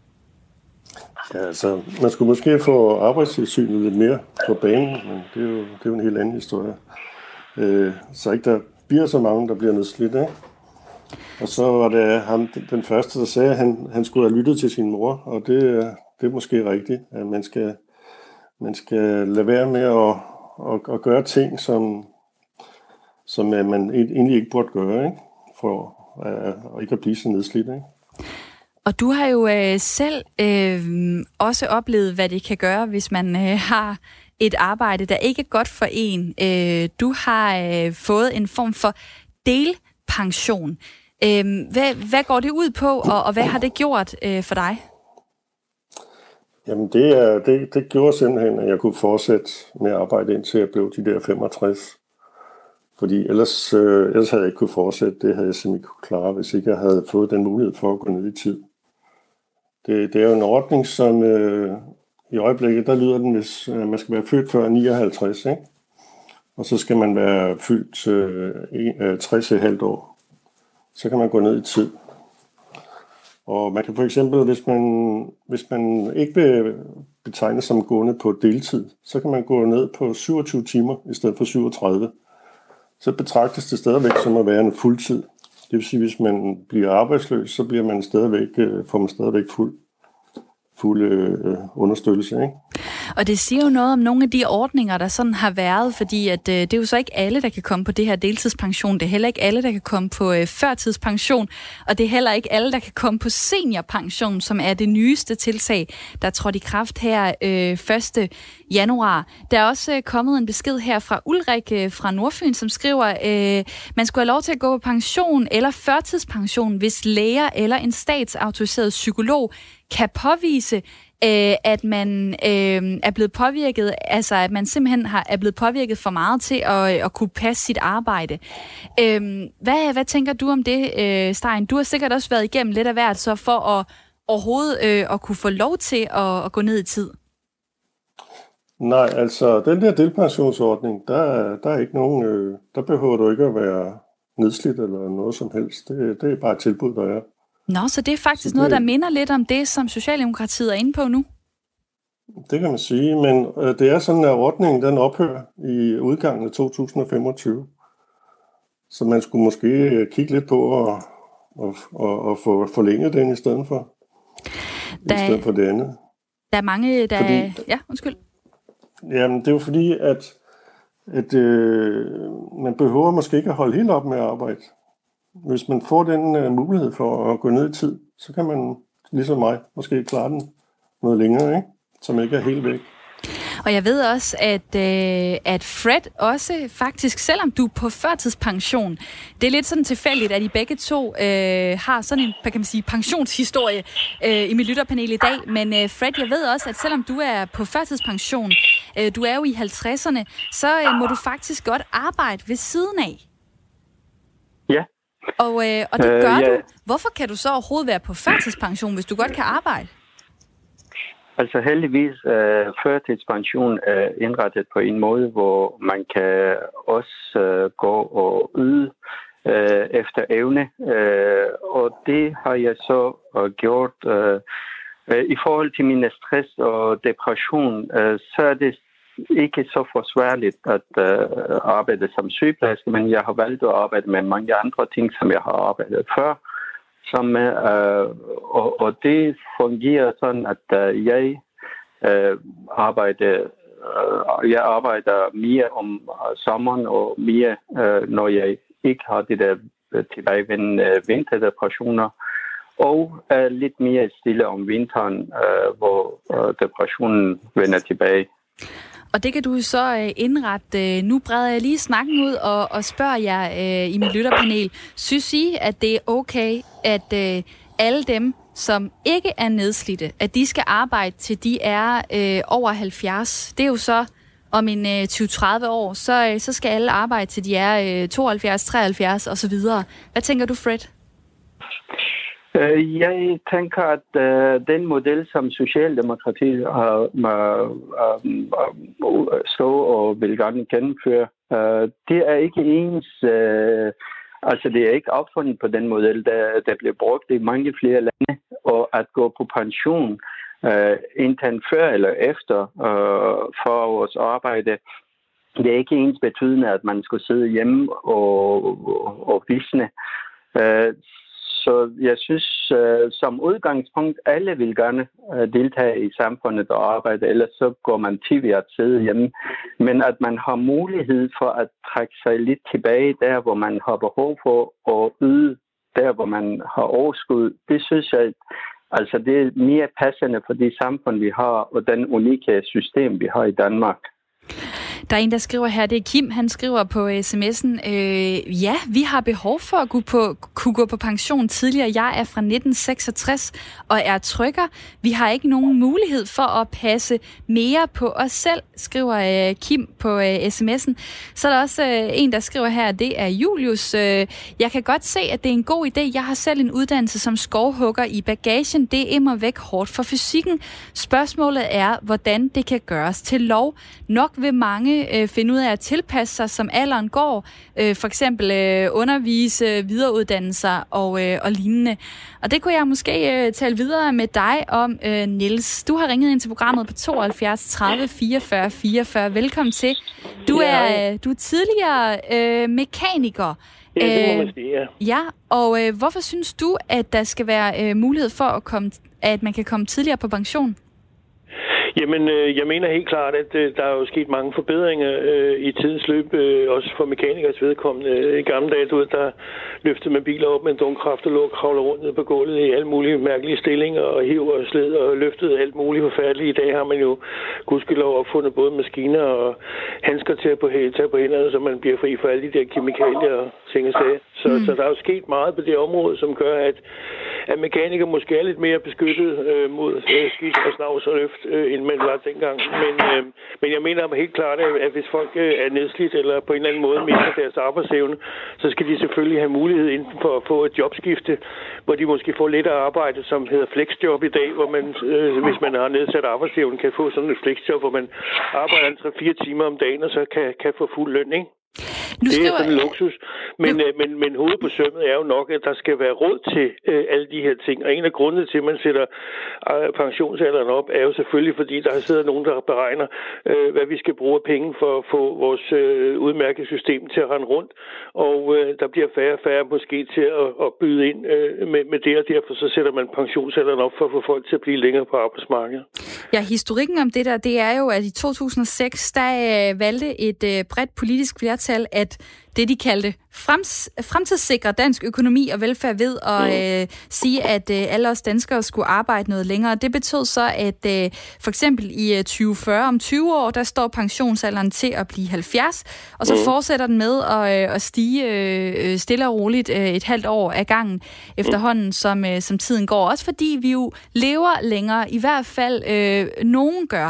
Ja, altså, man skulle måske få Arbejdstilsynet lidt mere på banen, men det er jo en helt anden historie. Så ikke der bliver så mange, der bliver nedslidt, ikke? Og så var det ham, den første, der sagde, at han skulle have lyttet til sin mor, og det er måske rigtigt, at man skal lade være med at gøre ting, som man egentlig ikke burde gøre, ikke? For ikke at blive så nedslidt, ikke? Og du har jo selv også oplevet, hvad det kan gøre, hvis man har et arbejde, der ikke er godt for en. Du har fået en form for delpension. Hvad går det ud på, og hvad har det gjort for dig? Jamen, det gjorde simpelthen, at jeg kunne fortsætte med at arbejde indtil jeg blev de der 65. Fordi ellers havde jeg ikke kunne fortsætte. Det havde jeg simpelthen ikke kunne klare, hvis ikke jeg havde fået den mulighed for at gå ned i tid. Det er jo en ordning, som i øjeblikket, der lyder den, hvis man skal være født før 59, ikke? Og så skal man være fyldt 60,5 år. Så kan man gå ned i tid. Og man kan for eksempel, hvis man ikke vil betegnes som gående på deltid, så kan man gå ned på 27 timer i stedet for 37. Så betragtes det stadigvæk som at være en fuldtid. Det vil sige, hvis man bliver arbejdsløs, så bliver man får man stadigvæk fuld understøttelse, ikke? Og det siger jo noget om nogle af de ordninger, der sådan har været, fordi at, det er jo så ikke alle, der kan komme på det her deltidspension. Det er heller ikke alle, der kan komme på førtidspension, og det er heller ikke alle, der kan komme på seniorpension, som er det nyeste tiltag, der trådte i kraft her 1. januar. Der er også kommet en besked her fra Ulrik fra Nordfyn, som skriver, man skulle have lov til at gå på pension eller førtidspension, hvis læger eller en statsautoriseret psykolog kan påvise, at man er blevet påvirket, altså at man simpelthen er blevet påvirket for meget til at kunne passe sit arbejde. Hvad tænker du om det, Stein? Du har sikkert også været igennem lidt af hvert, så for at overhovedet at kunne få lov til at gå ned i tid. Nej, altså den der delpensionsordning, der er ikke nogen, der behøver du ikke at være nedslidt eller noget som helst. Det er bare et tilbud, der er. Nå, så det er faktisk noget, der minder lidt om det, som Socialdemokratiet er inde på nu? Det kan man sige, men det er sådan, at ordningen den ophører i udgangen af 2025. Så man skulle måske kigge lidt på at få forlænget den i stedet for, i stedet for det andet. Der er mange, der... Fordi, ja, undskyld. Jamen, det er jo fordi, at man behøver måske ikke at holde helt op med at arbejde. Hvis man får den mulighed for at gå ned i tid, så kan man, ligesom mig, måske klare den noget længere, ikke? Som ikke er helt væk. Og jeg ved også, at Fred også faktisk, selvom du er på førtidspension, det er lidt sådan tilfældigt, at I begge to har sådan en, hvad kan man sige, pensionshistorie i mit lytterpanel i dag. Men Fred, jeg ved også, at selvom du er på førtidspension, du er jo i 50'erne, så må du faktisk godt arbejde ved siden af. Ja. Og det gør du. Hvorfor kan du så overhovedet være på førtidspension, hvis du godt kan arbejde? Altså heldigvis førtidspension er indrettet på en måde, hvor man kan også gå og yde efter evne. Og det har jeg så gjort. I forhold til min stress og depression, så er det ikke så forsvarligt at arbejde som sygeplejerske, men jeg har valgt at arbejde med mange andre ting, som jeg har arbejdet før. Og det fungerer sådan, at jeg arbejder mere om sommeren og mere, når jeg ikke har det der tilbagevendende vinterdepressioner, og lidt mere stille om vinteren, hvor depressionen vender tilbage. Og det kan du så indrette. Nu breder jeg lige snakken ud og spørger jer i mit lytterpanel. Synes I, at det er okay, at alle dem, som ikke er nedslidte, at de skal arbejde til de er over 70? Det er jo så om en 20-30 år, så skal alle arbejde til de er 72, 73 osv. Hvad tænker du, Fred? Jeg tænker, at den model, som Socialdemokratiet har stå og vil gerne gennemføre, det er ikke ens. Altså, det er ikke opfundet på den model, der bliver brugt i mange flere lande. Og at gå på pension enten før eller efter for vores arbejde, det er ikke ens betydende, at man skulle sidde hjemme og visne. Så jeg synes, som udgangspunkt, alle vil gerne deltage i samfundet og arbejde, ellers så går man til ved at sidde hjemme. Men at man har mulighed for at trække sig lidt tilbage der, hvor man har behov for at yde, der hvor man har overskud, det synes jeg, altså det er mere passende for det samfund, vi har, og den unikke system, vi har i Danmark. Der er en, der skriver her, det er Kim, han skriver på sms'en, ja, vi har behov for at kunne gå på pension tidligere. Jeg er fra 1966 og er trykker. Vi har ikke nogen mulighed for at passe mere på os selv, skriver Kim på sms'en. Så er der også en, der skriver her, det er Julius. Jeg kan godt se, at det er en god idé. Jeg har selv en uddannelse som skovhugger i bagagen. Det er immer væk hårdt for fysikken. Spørgsmålet er, hvordan det kan gøres til lov. Nok vil mange finde ud af at tilpasse sig, som alderen går. For eksempel undervise, videreuddanne sig og lignende. Og det kunne jeg måske tale videre med dig om, Niels. Du har ringet ind til programmet på 72 30 44 44. Velkommen til. Du er tidligere mekaniker. Ja, det må man sige, ja. Ja, og hvorfor synes du, at der skal være mulighed for at man kan komme tidligere på pension? Jamen, jeg mener helt klart, at der er jo sket mange forbedringer i tidens løb, også for mekanikers vedkommende. I gamle dage, der løftede man biler op med en dumkraft og lå og kravlede rundt ned på gulvet i alle mulige mærkelige stillinger og hiv og sled og løftede alt muligt forfærdeligt. I dag har man jo gudskelov opfundet både maskiner og handsker til at tage på hænderne, så man bliver fri for alle de der kemikalier og ting og sager. Så der er jo sket meget på det område, som gør, at mekanikere måske er lidt mere beskyttet mod skidt og snavs og løft, end man var dengang. Men jeg mener helt klart, at hvis folk er nedslidt eller på en eller anden måde mister deres arbejdsevne, så skal de selvfølgelig have mulighed enten for at få et jobskifte, hvor de måske får lidt af arbejde, som hedder flexjob i dag, hvor man, hvis man har nedsat arbejdsevne, kan få sådan et flexjob, hvor man arbejder 3-4 timer om dagen, og så kan få fuld løn, ikke? Det er sådan en luksus. Men hovedet på sømmet er jo nok, at der skal være råd til alle de her ting. Og en af grundene til, at man sætter pensionsalderen op, er jo selvfølgelig, fordi der sidder nogen, der beregner, hvad vi skal bruge penge for at få vores udmærkede system til at rende rundt. Og der bliver færre og færre måske til at byde ind med det, og derfor så sætter man pensionsalderen op for at få folk til at blive længere på arbejdsmarkedet. Ja, historikken om det der, det er jo, at i 2006, der valgte et bredt politisk flertal, at det, de kaldte fremtidssikre dansk økonomi og velfærd ved at sige, at alle os danskere skulle arbejde noget længere. Det betød så, at for eksempel i 2040, om 20 år, der står pensionsalderen til at blive 70, og så fortsætter den med at stige stille og roligt et halvt år ad gangen efterhånden, som tiden går. Også fordi vi jo lever længere, i hvert fald nogen gør.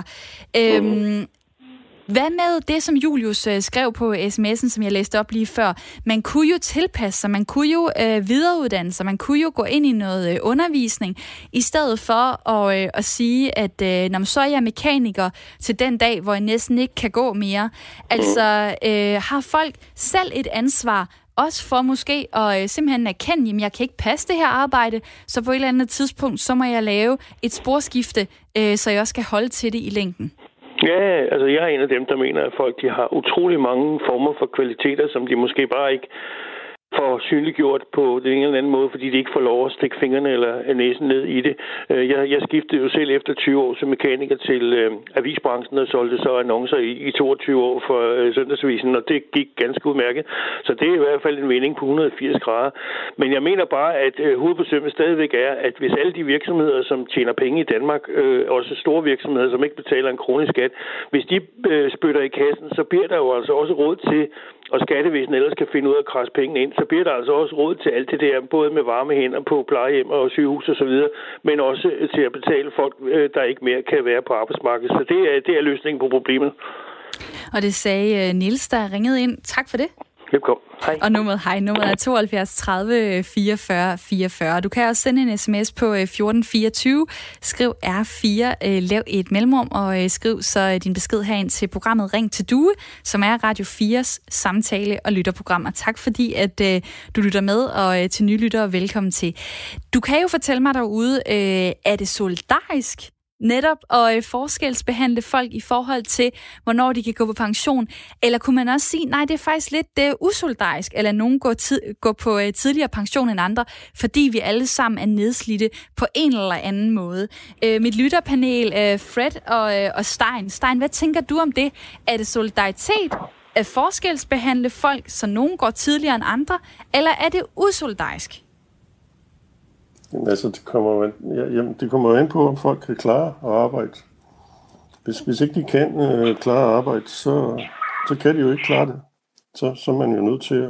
Hvad med det, som Julius skrev på sms'en, som jeg læste op lige før? Man kunne jo tilpasse sig, man kunne jo videreuddanne sig, man kunne jo gå ind i noget undervisning, i stedet for at sige, at så er jeg mekaniker til den dag, hvor jeg næsten ikke kan gå mere. Altså, har folk selv et ansvar, også for måske at simpelthen erkende, at jeg kan ikke passe det her arbejde, så på et eller andet tidspunkt, så må jeg lave et sporskifte, så jeg også kan holde til det i længden? Ja, altså jeg er en af dem, der mener, at folk de har utrolig mange former for kvaliteter, som de måske bare ikke får synliggjort på den ene eller anden måde, fordi de ikke får lov at stikke fingrene eller næsen ned i det. Jeg skiftede jo selv efter 20 år som mekaniker til avisbranchen og solgte så annoncer i 22 år for Søndagsavisen, og det gik ganske udmærket. Så det er i hvert fald en vending på 180 grader. Men jeg mener bare, at hovedet på sømmet stadigvæk er, at hvis alle de virksomheder, som tjener penge i Danmark, også store virksomheder, som ikke betaler en krone i skat, hvis de spytter i kassen, så bliver der jo altså også råd til, og skattevæsenet ellers kan finde ud af at krasse pengene ind, så bliver der altså også råd til alt det der, både med varme hænder på plejehjem og sygehus og så videre, men også til at betale folk, der ikke mere kan være på arbejdsmarkedet. Så det er løsningen på problemet. Og det sagde Niels, der ringede ind. Tak for det. Velkommen. Hej. Og nummeret er 72 30 44 44. Du kan også sende en sms på 1424. Skriv R4, lav et mellemrum og skriv så din besked herind til programmet Ring til Due, som er Radio 4's samtale- og lytterprogram. Og tak fordi, at du lytter med, og til nye lyttere, velkommen til. Du kan jo fortælle mig derude, er det solidarisk netop at forskelsbehandle folk i forhold til, hvornår de kan gå på pension? Eller kunne man også sige, nej, det er faktisk lidt usolidarisk, eller nogen gå på tidligere pension end andre, fordi vi alle sammen er nedslidte på en eller anden måde. Mit lytterpanel, Fred og Stein. Stein, hvad tænker du om det? Er det solidaritet at forskelsbehandle folk, så nogen går tidligere end andre, eller er det usolidarisk? Altså, det kommer jo ind på, om folk kan klare at arbejde. Hvis ikke de kan klare at arbejde, så kan de jo ikke klare det. Så er man jo nødt til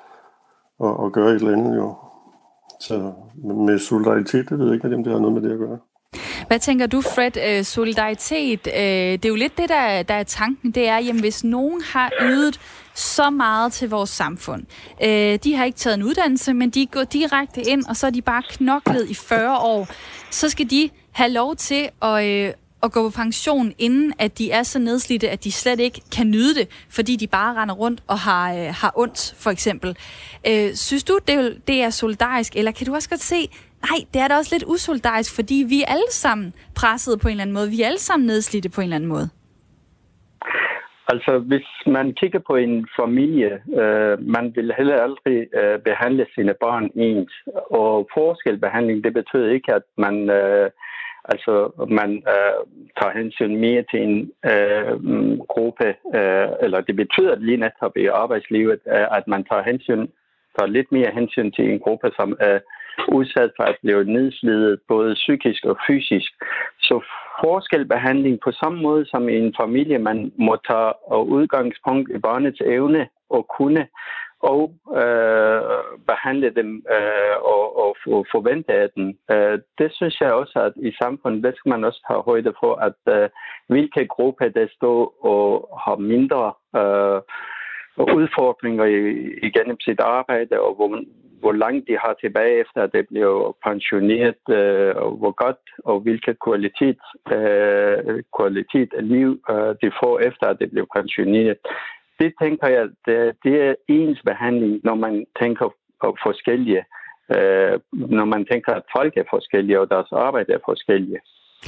at gøre et eller andet jo. Så med solidaritet, det ved jeg ikke, om det har noget med det at gøre. Hvad tænker du, Fred? Solidaritet, det er jo lidt det, der er tanken. Det er, jamen hvis nogen har ydet så meget til vores samfund. De har ikke taget en uddannelse, men de er gået direkte ind, og så er de bare knoklet i 40 år. Så skal de have lov til at gå på pension, inden at de er så nedslidte, at de slet ikke kan nyde det, fordi de bare render rundt og har ondt, for eksempel. Synes du, det er solidarisk, eller kan du også godt se, nej, det er da også lidt usolidarisk, fordi vi er alle sammen presset på en eller anden måde. Vi er alle sammen nedslidte på en eller anden måde. Altså, hvis man kigger på en familie, man vil heller aldrig behandle sine børn ens. Og forskelbehandling, det betyder ikke, at man tager hensyn mere til en gruppe, eller det betyder lige netop i arbejdslivet, at man tager lidt mere hensyn til en gruppe, som er udsat for at blive nedslidet, både psykisk og fysisk. Så forskelbehandling på samme måde som i en familie, man må tage udgangspunkt i barnets evne og kunne, og behandle dem og forvente af dem. Det synes jeg også, at i samfundet, der skal man også have højde for, at hvilke grupper der står og har mindre udfordringer igennem sit arbejde, og hvor langt de har tilbage efter, at det bliver pensioneret, og hvor godt og hvilken kvalitet af liv de får efter, at det bliver pensioneret. Det tænker jeg, det er ens behandling, når man tænker på forskellige, når man tænker, at folk er forskellige, og deres arbejde er forskellige.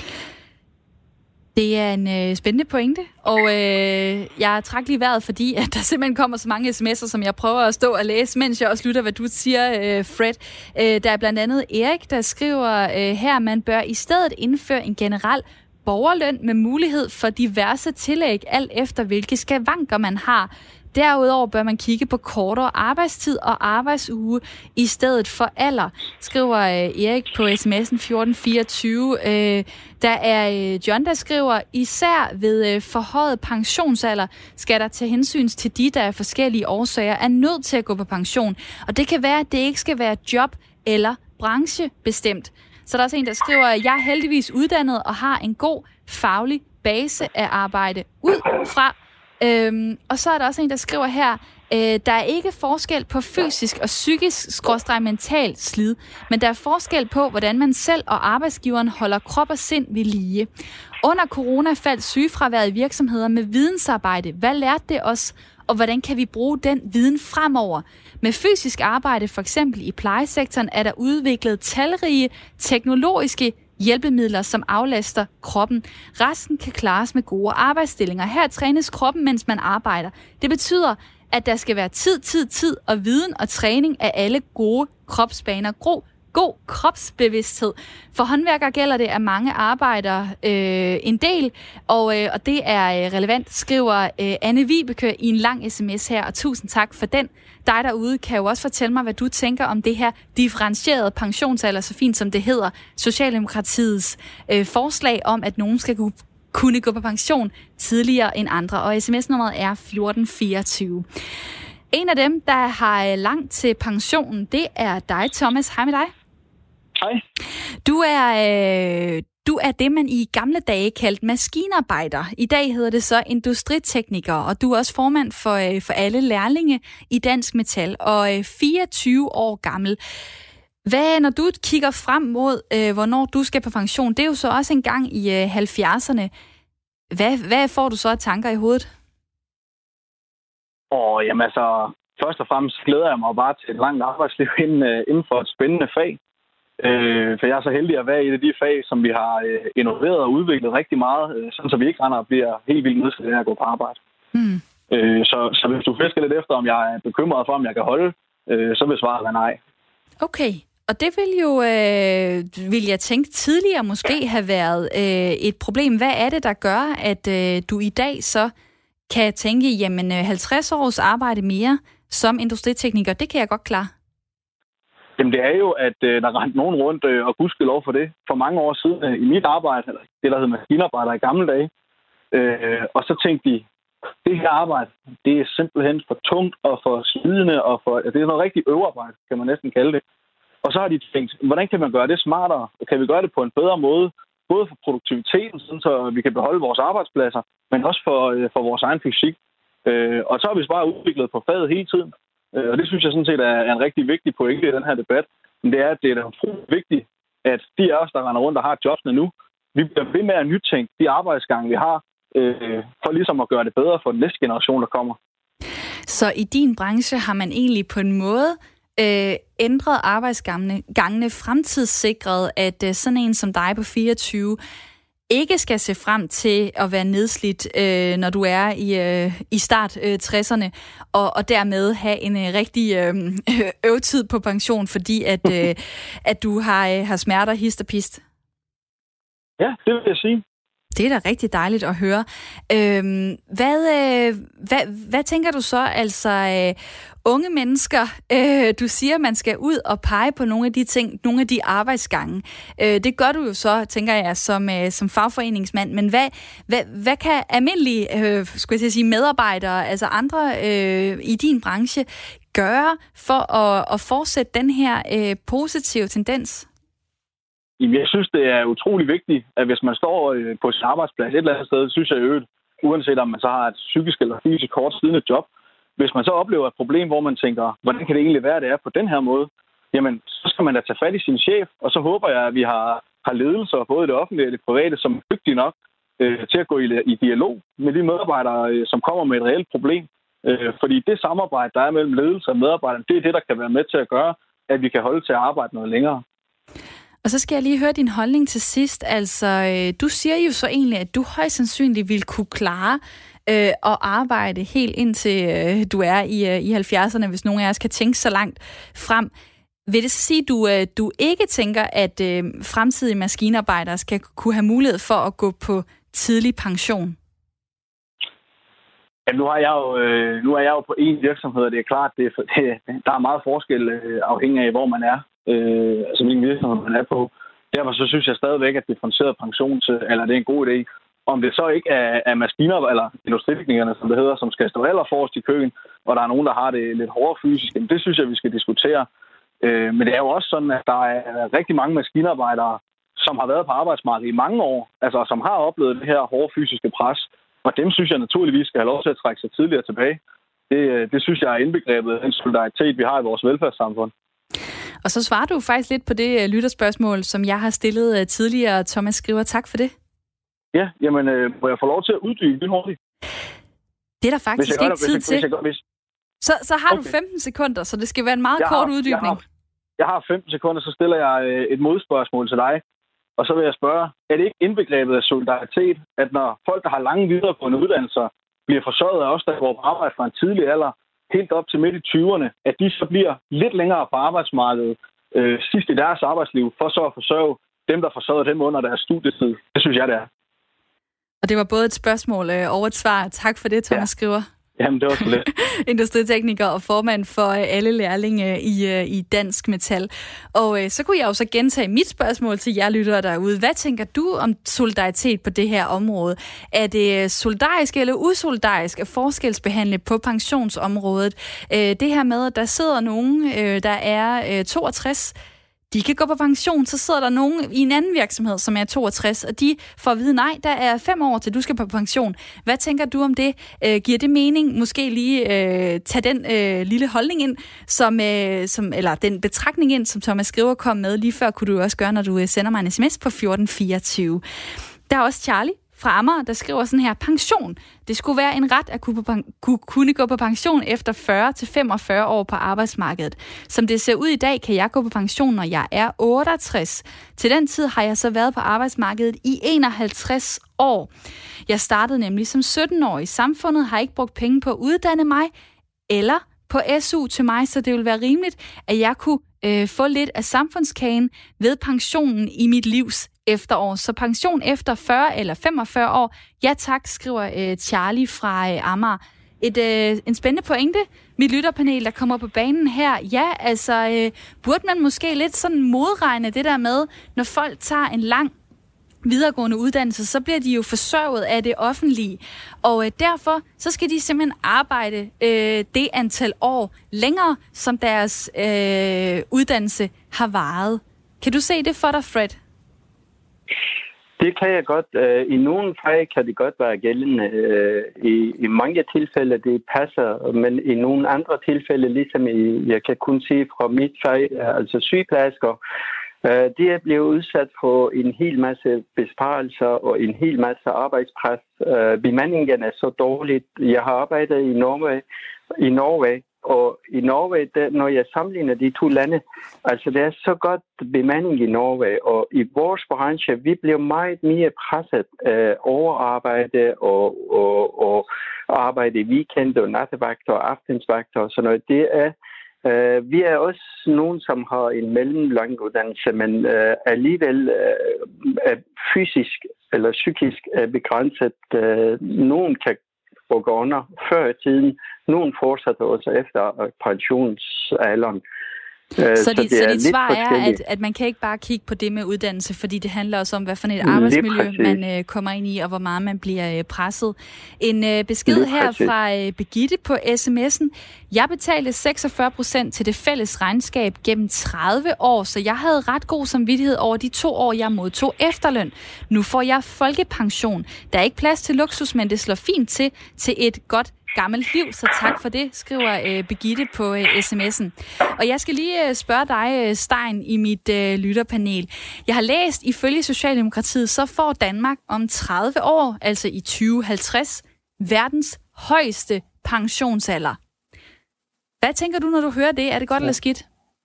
Det er en spændende pointe, og jeg trak lige vejret, fordi at der simpelthen kommer så mange sms'er, som jeg prøver at stå og læse, mens jeg også lytter, hvad du siger, Fred. Der er blandt andet Erik, der skriver her, man bør i stedet indføre en generel borgerløn med mulighed for diverse tillæg, alt efter hvilke skavanker man har. Derudover bør man kigge på kortere arbejdstid og arbejdsuge i stedet for alder, skriver Erik på sms'en 1424. Der er John, der skriver, især ved forhøjet pensionsalder skal der til hensyn til de, der af forskellige årsager er nødt til at gå på pension. Og det kan være, at det ikke skal være job eller branchebestemt. Så der er også en, der skriver, at jeg er heldigvis uddannet og har en god faglig base at arbejde ud fra. Og så er der også en, der skriver her, der er ikke forskel på fysisk og psykisk/mental slid, men der er forskel på, hvordan man selv og arbejdsgiveren holder krop og sind ved lige. Under corona faldt sygefraværet i virksomheder med vidensarbejde. Hvad lærte det os, og hvordan kan vi bruge den viden fremover? Med fysisk arbejde, for eksempel i plejesektoren, er der udviklet talrige teknologiske hjælpemidler, som aflaster kroppen. Resten kan klares med gode arbejdsstillinger. Her trænes kroppen, mens man arbejder. Det betyder, at der skal være tid og viden og træning af alle gode kropsbaner. God kropsbevidsthed. For håndværkere gælder det, at mange arbejder en del, og det er relevant, skriver Anne Vibeke i en lang sms her, og tusind tak for den. Dig derude kan jo også fortælle mig, hvad du tænker om det her differentierede pensionsalder, så fint som det hedder, Socialdemokratiets forslag om, at nogen skal kunne gå på pension tidligere end andre, og sms-nummeret er 1424. En af dem, der har langt til pensionen, det er dig, Thomas. Hej med dig. Hej. Du er det, man i gamle dage kaldte maskinarbejder. I dag hedder det så industritekniker, og du er også formand for alle lærlinge i Dansk Metal, og 24 år gammel. Når du kigger frem mod, hvornår du skal på pension, det er jo så også en gang i 70'erne. Hvad får du så af tanker i hovedet? Jamen altså, først og fremmest glæder jeg mig bare til et langt arbejdsliv inden for et spændende fag. For jeg er så heldig at være i et af de fag, som vi har innoveret og udviklet rigtig meget, sådan så vi ikke render og bliver helt vildt nedslidt af at gå på arbejde. Så hvis du fisker lidt efter, om jeg er bekymret for, om jeg kan holde, så vil svaret være nej. Okay, og det vil jeg tænke tidligere måske have været et problem. Hvad er det, der gør, at du i dag så kan tænke, jamen 50 års arbejde mere som industritekniker, det kan jeg godt klare? Jamen det er jo, at der rendte nogen rundt og gudskelov for det for mange år siden i mit arbejde, eller det der hed maskinarbejder i gamle dage. Og så tænkte de, det her arbejde, det er simpelthen for tungt og for slidende, og det er noget rigtig øvearbejde, kan man næsten kalde det. Og så har de tænkt, hvordan kan man gøre det smartere? Kan vi gøre det på en bedre måde? Både for produktiviteten, sådan så vi kan beholde vores arbejdspladser, men også for vores egen fysik. Og så har vi bare udviklet på faget hele tiden. Og det synes jeg sådan set er en rigtig vigtig pointe i den her debat. Men det er, at det er utroligt vigtigt, at de af os, der render rundt og har jobsene nu, vi bliver ved med at nytænke de arbejdsgange, vi har, for ligesom at gøre det bedre for den næste generation, der kommer. Så i din branche har man egentlig på en måde ændret arbejdsgangene, fremtidssikret, at sådan en som dig på 24 ikke skal se frem til at være nedslidt, når du er i start 60'erne, og dermed have en rigtig øvetid på pension, fordi at du har smerter hist og pist. Ja, det vil jeg sige. Det er da rigtig dejligt at høre. Hvad tænker du så, altså unge mennesker, du siger, man skal ud og pege på nogle af de ting, nogle af de arbejdsgange. Det gør du jo så, tænker jeg, som fagforeningsmand, men hvad kan almindelige medarbejdere, altså andre i din branche, gøre for at fortsætte den her positive tendens? Jamen, jeg synes, det er utrolig vigtigt, at hvis man står på sin arbejdsplads et eller andet sted, synes jeg øvrigt, uanset om man så har et psykisk eller fysisk hårdt slidende job, hvis man så oplever et problem, hvor man tænker, hvordan kan det egentlig være, at det er på den her måde, jamen, så skal man da tage fat i sin chef, og så håber jeg, at vi har ledelser, både i det offentlige og det private, som er dygtige nok til at gå i dialog med de medarbejdere, som kommer med et reelt problem. Fordi det samarbejde, der er mellem ledelse og medarbejdere, det er det, der kan være med til at gøre, at vi kan holde til at arbejde noget længere. Og så skal jeg lige høre din holdning til sidst. Altså, du siger jo så egentlig, at du højst sandsynligt ville kunne klare at arbejde helt indtil du er i 70'erne, hvis nogen af os kan tænke så langt frem. Vil det så sige, at du ikke tænker, at fremtidige maskinarbejdere skal kunne have mulighed for at gå på tidlig pension? Jamen, nu er jeg jo på én virksomhed, og det er klart, der er meget forskel afhængig af, hvor man er. Altså, hvilken virksomhed man er på. Derfor så synes jeg stadigvæk, at differentieret pensionsalder det er en god idé. Om det så ikke er maskiner eller industriteknikerne, som det hedder, som skal stå allerforrest i køen, og der er nogen, der har det lidt hårdere fysisk, det synes jeg, vi skal diskutere. Men det er jo også sådan, at der er rigtig mange maskinarbejdere, som har været på arbejdsmarkedet i mange år, altså som har oplevet det her hårde fysiske pres, og dem synes jeg naturligvis skal have lov til at trække sig tidligere tilbage. Det synes jeg er indbegrebet af den solidaritet, vi har i vores velfærdssamfund. Og så svarer du faktisk lidt på det lytterspørgsmål, som jeg har stillet tidligere. Thomas skriver, tak for det. Ja, jamen, må jeg få lov til at uddybe det hurtigt? Det er der faktisk ikke tid til. Så har du 15 sekunder, så det skal være en meget kort uddybning. Jeg har 15 sekunder, så stiller jeg et modspørgsmål til dig. Og så vil jeg spørge, er det ikke indbegrebet af solidaritet, at når folk, der har lange videregående uddannelser, bliver forsørget af os, der går på arbejde fra en tidlig alder, helt op til midt i 20'erne, at de så bliver lidt længere på arbejdsmarkedet sidst i deres arbejdsliv, for så at forsørge dem, der forsørger dem under deres studietid. Det synes jeg, det er. Og det var både et spørgsmål og et svar. Tak for det, Thomas skriver. Jamen, det var så lidt. Industritekniker og formand for alle lærlinge i Dansk Metal. Og så kunne jeg jo så gentage mit spørgsmål til jer lyttere derude. Hvad tænker du om solidaritet på det her område? Er det solidarisk eller usolidarisk at forskelsbehandle på pensionsområdet? Det her med, at der sidder nogen, der er 62, de kan gå på pension, så sidder der nogen i en anden virksomhed, som er 62, og de får at vide, nej, der er 5 år til du skal på pension. Hvad tænker du om det? Giver det mening? Måske lige tage den lille holdning ind, eller den betragtning ind, som Thomas Skriver kom med lige før, kunne du også gøre, når du sender mig en sms på 1424. Der er også Charlie fra Amager, der skriver sådan her: pension. Det skulle være en ret at kunne gå på pension efter 40 til 45 år på arbejdsmarkedet. Som det ser ud i dag, kan jeg gå på pension, når jeg er 68. Til den tid har jeg så været på arbejdsmarkedet i 51 år. Jeg startede nemlig som 17-årig. Samfundet har ikke brugt penge på at uddanne mig eller på SU til mig, så det vil være rimeligt, at jeg kunne få lidt af samfundskagen ved pensionen i mit livs efterår. Så pension efter 40 eller 45 år. Ja tak, skriver Charlie fra Amager. En spændende pointe. Mit lytterpanel, der kommer på banen her. Ja, altså, burde man måske lidt sådan modregne det der med, når folk tager en lang videregående uddannelse, så bliver de jo forsørget af det offentlige. Og derfor, så skal de simpelthen arbejde det antal år længere, som deres uddannelse har varet. Kan du se det for dig, Fred? Det kan jeg godt. I nogle fag kan det godt være gældende. I mange tilfælde det passer, men i nogle andre tilfælde, ligesom jeg kan kun sige fra mit fag, altså sygeplejersker, de er blevet udsat for en hel masse besparelser og en hel masse arbejdspres. Bemandingen er så dårligt. Jeg har arbejdet i Norge, og i Norge, når jeg sammenligner de to lande, altså det er så godt bemanding i Norge, og i vores branche, vi bliver meget mere presset overarbejde og arbejde i weekend og nattevagter og aftensvagter og sådan noget. Det er vi er også nogen, som har en mellemlang uddannelse, men alligevel fysisk eller psykisk begrænset. Nogen kan gå under før i tiden, nogen fortsætter også efter pensionsalderen. Så dit svar er, at man kan ikke bare kigge på det med uddannelse, fordi det handler også om, hvad for et arbejdsmiljø man kommer ind i, og hvor meget man bliver presset. En besked her fra Birgitte på sms'en. Jeg betalte 46% til det fælles regnskab gennem 30 år, så jeg havde ret god samvittighed over de 2 år, jeg modtog efterløn. Nu får jeg folkepension. Der er ikke plads til luksus, men det slår fint til et godt gammelt liv, så tak for det, skriver Birgitte på sms'en. Og jeg skal lige spørge dig, Stein, i mit lytterpanel. Jeg har læst, ifølge Socialdemokratiet, så får Danmark om 30 år, altså i 2050, verdens højeste pensionsalder. Hvad tænker du, når du hører det? Er det godt eller skidt?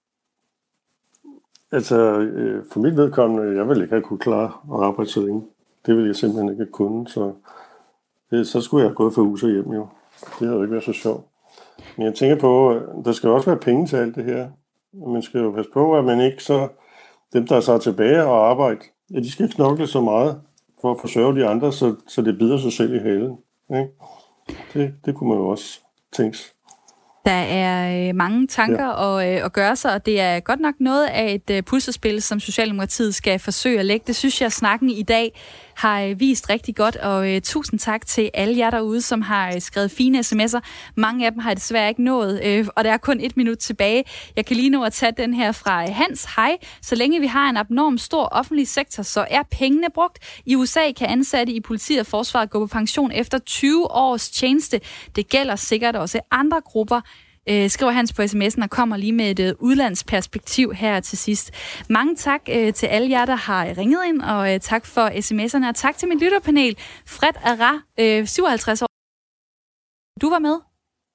Altså, for mit vedkommende, jeg ville ikke have kunne klare at arbejde så længe. Det ville jeg simpelthen ikke kunne, så skulle jeg have gået for hus og hjem jo. Det havde jo ikke været så sjovt. Men jeg tænker på, der skal også være penge til alt det her. Man skal jo passe på, at man ikke så... Dem, der er så tilbage og arbejde, de skal knokle så meget for at forsørge de andre, så det bider sig selv i halen. Ikke? Det kunne man jo også tænke. Der er mange tanker at gøre sig, og det er godt nok noget af et puslespil, som Socialdemokratiet skal forsøge at lægge. Det synes jeg, snakken i dag har vist rigtig godt, og tusind tak til alle jer derude, som har skrevet fine sms'er. Mange af dem har jeg desværre ikke nået, og der er kun 1 minut tilbage. Jeg kan lige nå at tage den her fra Hans. Hej. Så længe vi har en abnorm stor offentlig sektor, så er pengene brugt. I USA kan ansatte i politiet og forsvaret gå på pension efter 20 års tjeneste. Det gælder sikkert også andre grupper, skriver Hans på sms'en og kommer lige med et udlandsperspektiv her til sidst. Mange tak til alle jer, der har ringet ind, og tak for sms'erne, og tak til mit lytterpanel. Fred Ara, 57 år. Du var med.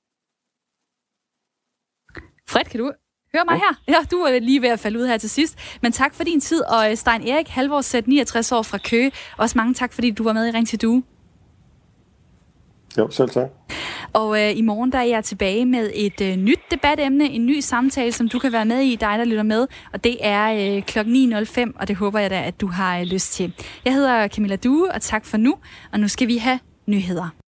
Fred, kan du høre mig her? Ja, du var lige ved at falde ud her til sidst. Men tak for din tid, og Stein Erik Halvorssæt, 69 år fra Køge. Også mange tak, fordi du var med i Ring til Due. Jo, selv tak. Og i morgen der er jeg tilbage med et nyt debatemne, en ny samtale, som du kan være med i, dig der lytter med. Og det er klokken 9.05, og det håber jeg da, at du har lyst til. Jeg hedder Camilla Due, og tak for nu. Og nu skal vi have nyheder.